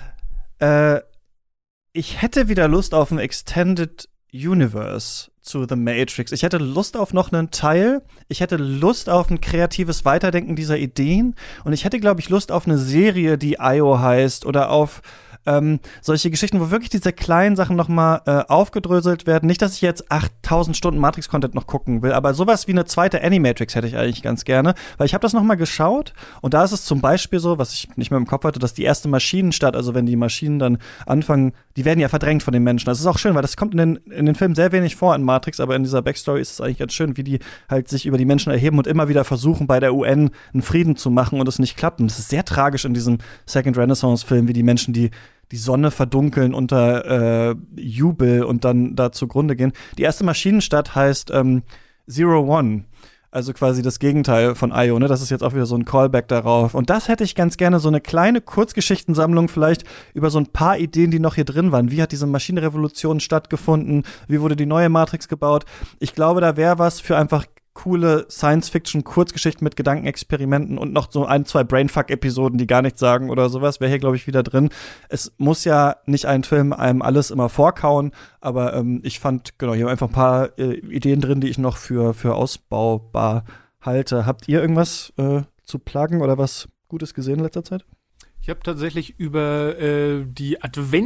Ich hätte wieder Lust auf ein Extended Universe zu The Matrix. Ich hätte Lust auf noch einen Teil. Ich hätte Lust auf ein kreatives Weiterdenken dieser Ideen. Und ich hätte, glaube ich, Lust auf eine Serie, die IO heißt oder auf Solche Geschichten, wo wirklich diese kleinen Sachen nochmal aufgedröselt werden. Nicht, dass ich jetzt 8000 Stunden Matrix-Content noch gucken will, aber sowas wie eine zweite Animatrix hätte ich eigentlich ganz gerne, weil ich habe das nochmal geschaut und da ist es zum Beispiel so, was ich nicht mehr im Kopf hatte, dass die erste Maschinenstadt, also wenn die Maschinen dann anfangen, die werden ja verdrängt von den Menschen. Das ist auch schön, weil das kommt in den Filmen sehr wenig vor in Matrix, aber in dieser Backstory ist es eigentlich ganz schön, wie die halt sich über die Menschen erheben und immer wieder versuchen, bei der UN einen Frieden zu machen und es nicht klappt. Und es ist sehr tragisch in diesem Second Renaissance-Film, wie die Menschen die Sonne verdunkeln unter Jubel und dann da zugrunde gehen. Die erste Maschinenstadt heißt Zero One. Also quasi das Gegenteil von Io, ne? Das ist jetzt auch wieder so ein Callback darauf. Und das hätte ich ganz gerne, so eine kleine Kurzgeschichtensammlung vielleicht über so ein paar Ideen, die noch hier drin waren. Wie hat diese Maschinenrevolution stattgefunden? Wie wurde die neue Matrix gebaut? Ich glaube, da wäre was für einfach coole Science-Fiction-Kurzgeschichten mit Gedankenexperimenten und noch so 1, 2 Brainfuck-Episoden, die gar nichts sagen oder sowas, wäre hier, glaube ich, wieder drin. Es muss ja nicht ein Film einem alles immer vorkauen, aber ich fand, genau, hier einfach ein paar Ideen drin, die ich noch für ausbaubar halte. Habt ihr irgendwas zu pluggen oder was Gutes gesehen in letzter Zeit? Ich habe tatsächlich über die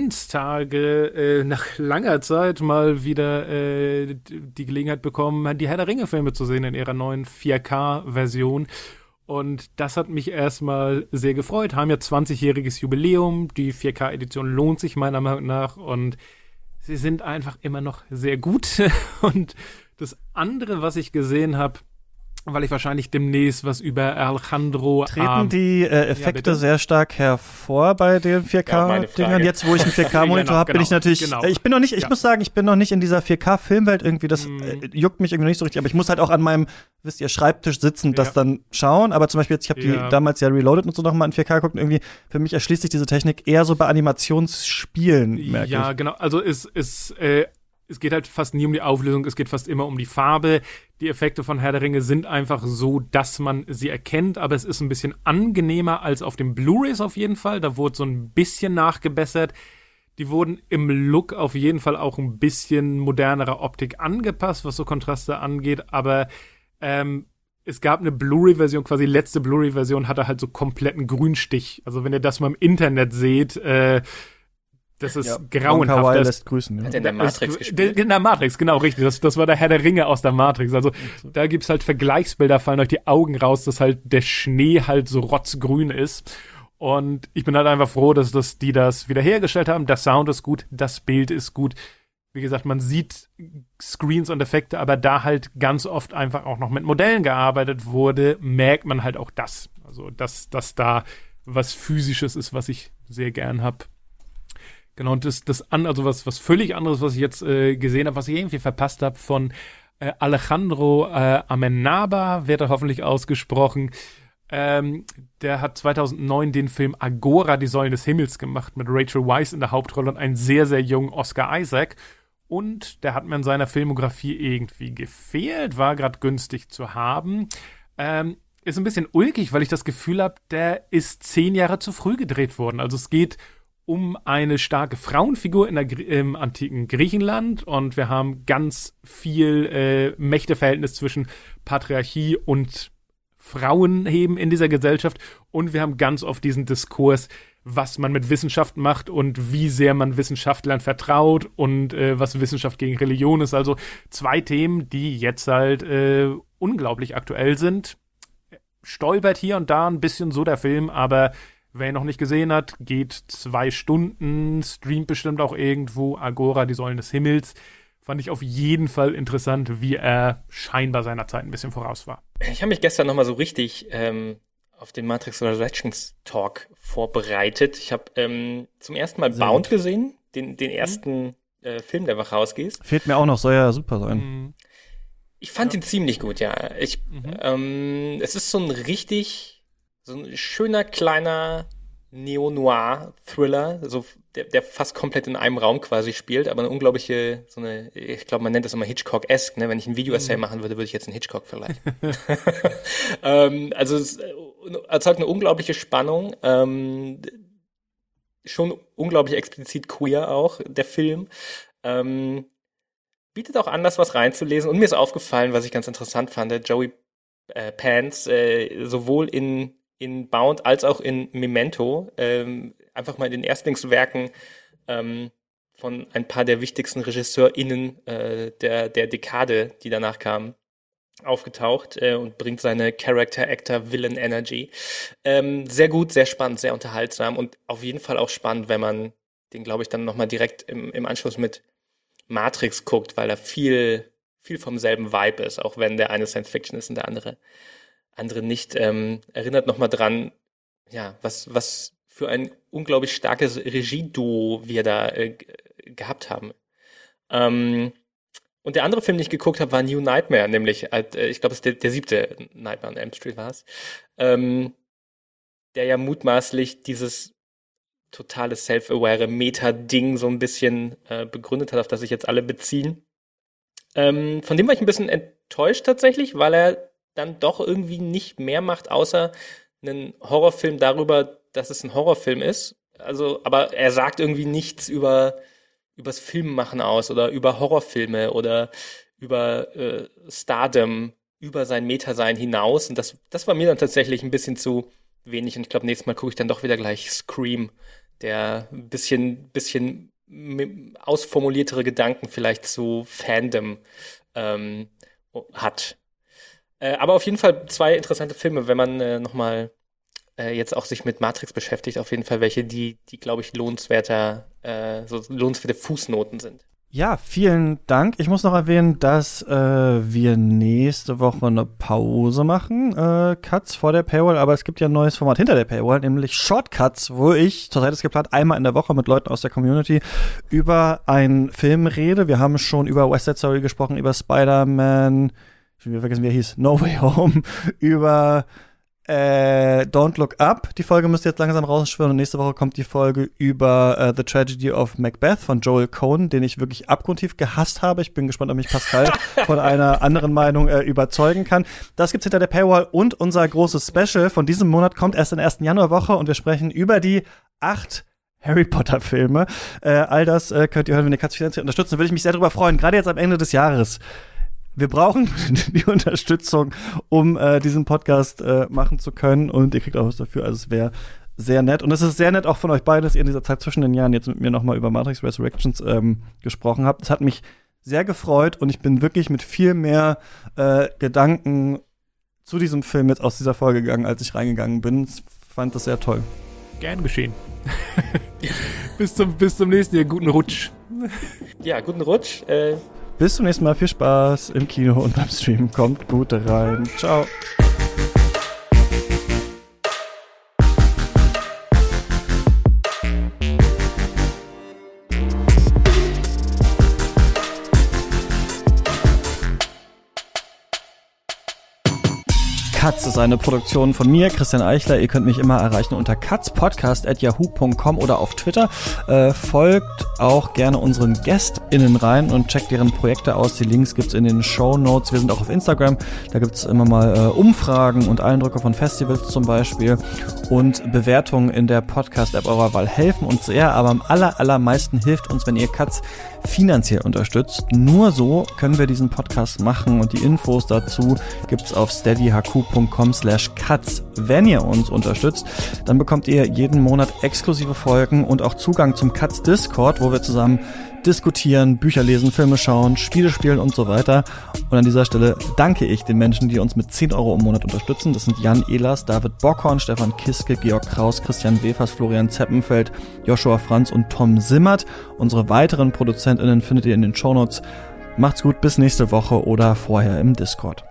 Adventstage nach langer Zeit mal wieder die Gelegenheit bekommen, die Herr der Ringe-Filme zu sehen in ihrer neuen 4K-Version. Und das hat mich erstmal sehr gefreut. Haben ja 20-jähriges Jubiläum. Die 4K-Edition lohnt sich meiner Meinung nach. Und sie sind einfach immer noch sehr gut. Und das andere, was ich gesehen habe, weil ich wahrscheinlich demnächst was über Alejandro Treten die Effekte sehr stark hervor bei den 4K-Dingern? Jetzt, wo ich einen 4K-Monitor habe, bin ich natürlich, ich bin noch nicht, ich muss sagen, ich bin noch nicht in dieser 4K-Filmwelt irgendwie, das juckt mich irgendwie nicht so richtig, aber ich muss halt auch an meinem, wisst ihr, Schreibtisch sitzen, das dann schauen, aber zum Beispiel jetzt, ich habe die damals ja Reloaded und so nochmal in 4K geguckt und irgendwie, für mich erschließt sich diese Technik eher so bei Animationsspielen, merke ich. Ja, genau, also es geht halt fast nie um die Auflösung, es geht fast immer um die Farbe. Die Effekte von Herr der Ringe sind einfach so, dass man sie erkennt, aber es ist ein bisschen angenehmer als auf den Blu-rays auf jeden Fall. Da wurde so ein bisschen nachgebessert. Die wurden im Look auf jeden Fall auch ein bisschen modernerer Optik angepasst, was so Kontraste angeht, aber es gab eine Blu-ray-Version, quasi die letzte Blu-ray-Version hatte halt so kompletten Grünstich. Also wenn ihr das mal im Internet seht, das ist grauenhaft. Wong-Kar-wai lässt grüßen. Ja. Hat er in der Matrix gespielt? In der Matrix, genau, richtig. Das war der Herr der Ringe aus der Matrix. Also da gibt's halt Vergleichsbilder, fallen euch die Augen raus, dass halt der Schnee halt so rotzgrün ist. Und ich bin halt einfach froh, dass die das wiederhergestellt haben. Der Sound ist gut, das Bild ist gut. Wie gesagt, man sieht Screens und Effekte, aber da halt ganz oft einfach auch noch mit Modellen gearbeitet wurde, merkt man halt auch das. Also, dass da was Physisches ist, was ich sehr gern hab. Genau, und also was völlig anderes, was ich jetzt gesehen habe, was ich irgendwie verpasst habe, von Alejandro Amenábar, wird er hoffentlich ausgesprochen. Der hat 2009 den Film Agora, die Säulen des Himmels gemacht, mit Rachel Weisz in der Hauptrolle und einen sehr, sehr jungen Oscar Isaac. Und der hat mir in seiner Filmografie irgendwie gefehlt, war gerade günstig zu haben. Ist ein bisschen ulkig, weil ich das Gefühl habe, der ist 10 Jahre zu früh gedreht worden. Also es geht um eine starke Frauenfigur im antiken Griechenland und wir haben ganz viel Mächteverhältnis zwischen Patriarchie und Frauen eben in dieser Gesellschaft und wir haben ganz oft diesen Diskurs, was man mit Wissenschaft macht und wie sehr man Wissenschaftlern vertraut und was Wissenschaft gegen Religion ist. Also 2 Themen, die jetzt halt unglaublich aktuell sind. Stolpert hier und da ein bisschen so der Film, aber wer ihn noch nicht gesehen hat, geht 2 Stunden, streamt bestimmt auch irgendwo Agora, die Säulen des Himmels. Fand ich auf jeden Fall interessant, wie er scheinbar seiner Zeit ein bisschen voraus war. Ich habe mich gestern nochmal so richtig auf den Matrix Resurrections Talk vorbereitet. Ich habe zum ersten Mal Bound gesehen, den ersten Film, der wach rausgeht. Fehlt mir auch noch, soll ja super sein. Ich fand ihn ziemlich gut, ja. Es ist so ein schöner, kleiner Neo-Noir-Thriller, so der fast komplett in einem Raum quasi spielt, aber eine unglaubliche, ich glaube, man nennt das immer Hitchcock-esque, ne? Wenn ich ein Video-Essay machen würde ich jetzt einen Hitchcock vielleicht. Also es erzeugt eine unglaubliche Spannung, schon unglaublich explizit queer auch, der Film. Bietet auch an, das was reinzulesen. Und mir ist aufgefallen, was ich ganz interessant fand, Joey Pants, sowohl in Bound als auch in Memento einfach mal in den Erstlingswerken von ein paar der wichtigsten RegisseurInnen der Dekade, die danach kamen, aufgetaucht und bringt seine Character-Actor-Villain-Energy. Sehr gut, sehr spannend, sehr unterhaltsam und auf jeden Fall auch spannend, wenn man den, glaube ich, dann nochmal direkt im Anschluss mit Matrix guckt, weil er viel vom selben Vibe ist, auch wenn der eine Science-Fiction ist und der andere nicht. Erinnert nochmal dran, ja, was für ein unglaublich starkes Regieduo wir da gehabt haben. Und der andere Film, den ich geguckt habe, war New Nightmare, nämlich, ich glaube, es ist der 7. Nightmare on Elm Street war es, der ja mutmaßlich dieses totale self-aware Meta-Ding so ein bisschen begründet hat, auf das sich jetzt alle beziehen. Von dem war ich ein bisschen enttäuscht tatsächlich, weil er dann doch irgendwie nicht mehr macht, außer einen Horrorfilm darüber, dass es ein Horrorfilm ist. Also, aber er sagt irgendwie nichts übers Filmmachen aus oder über Horrorfilme oder über Stardom, über sein Meta-Sein hinaus. Und das war mir dann tatsächlich ein bisschen zu wenig. Und ich glaube, nächstes Mal gucke ich dann doch wieder gleich Scream, der ein bisschen ausformuliertere Gedanken vielleicht zu Fandom hat. Aber auf jeden Fall 2 interessante Filme, wenn man nochmal jetzt auch sich mit Matrix beschäftigt, auf jeden Fall welche, die glaube ich, lohnenswerte Fußnoten sind. Ja, vielen Dank. Ich muss noch erwähnen, dass wir nächste Woche eine Pause machen, Cuts vor der Paywall, aber es gibt ja ein neues Format hinter der Paywall, nämlich Shortcuts, wo ich, zurzeit ist geplant, einmal in der Woche mit Leuten aus der Community über einen Film rede. Wir haben schon über West Side Story gesprochen, über Spider-Man, ich will vergessen, wie er hieß, No Way Home, über Don't Look Up. Die Folge müsste jetzt langsam rausschwirren und nächste Woche kommt die Folge über The Tragedy of Macbeth von Joel Coen, den ich wirklich abgrundtief gehasst habe. Ich bin gespannt, ob mich Pascal von einer anderen Meinung überzeugen kann. Das gibt's hinter der Paywall und unser großes Special von diesem Monat kommt erst in der 1. Januarwoche und wir sprechen über die 8 Harry Potter Filme. All das könnt ihr hören, wenn ihr Katz finanziell unterstützt. Da würde ich mich sehr darüber freuen, gerade jetzt am Ende des Jahres. Wir brauchen die Unterstützung, um diesen Podcast machen zu können. Und ihr kriegt auch was dafür. Also es wäre sehr nett. Und es ist sehr nett auch von euch beiden, dass ihr in dieser Zeit zwischen den Jahren jetzt mit mir nochmal über Matrix Resurrections gesprochen habt. Es hat mich sehr gefreut. Und ich bin wirklich mit viel mehr Gedanken zu diesem Film jetzt aus dieser Folge gegangen, als ich reingegangen bin. Ich fand das sehr toll. Gern geschehen. bis zum nächsten Jahr. Guten Rutsch. Ja, guten Rutsch. Bis zum nächsten Mal. Viel Spaß im Kino und beim Stream. Kommt gut rein. Ciao. Katz ist eine Produktion von mir, Christian Eichler. Ihr könnt mich immer erreichen unter katzpodcast@yahoo.com oder auf Twitter. Folgt auch gerne unseren GästInnen rein und checkt deren Projekte aus. Die Links gibt's in den Shownotes. Wir sind auch auf Instagram. Da gibt's immer mal Umfragen und Eindrücke von Festivals zum Beispiel. Und Bewertungen in der Podcast-App eurer Wahl helfen uns sehr. Aber am allermeisten hilft uns, wenn ihr Katz finanziell unterstützt. Nur so können wir diesen Podcast machen und die Infos dazu gibt's auf steadyhq.com/katz. Wenn ihr uns unterstützt, dann bekommt ihr jeden Monat exklusive Folgen und auch Zugang zum Katz Discord, wo wir zusammen diskutieren, Bücher lesen, Filme schauen, Spiele spielen und so weiter. Und an dieser Stelle danke ich den Menschen, die uns mit 10 € im Monat unterstützen. Das sind Jan Ehlers, David Bockhorn, Stefan Kiske, Georg Kraus, Christian Wefers, Florian Zeppenfeld, Joshua Franz und Tom Simmert. Unsere weiteren ProduzentInnen findet ihr in den Shownotes. Macht's gut, bis nächste Woche oder vorher im Discord.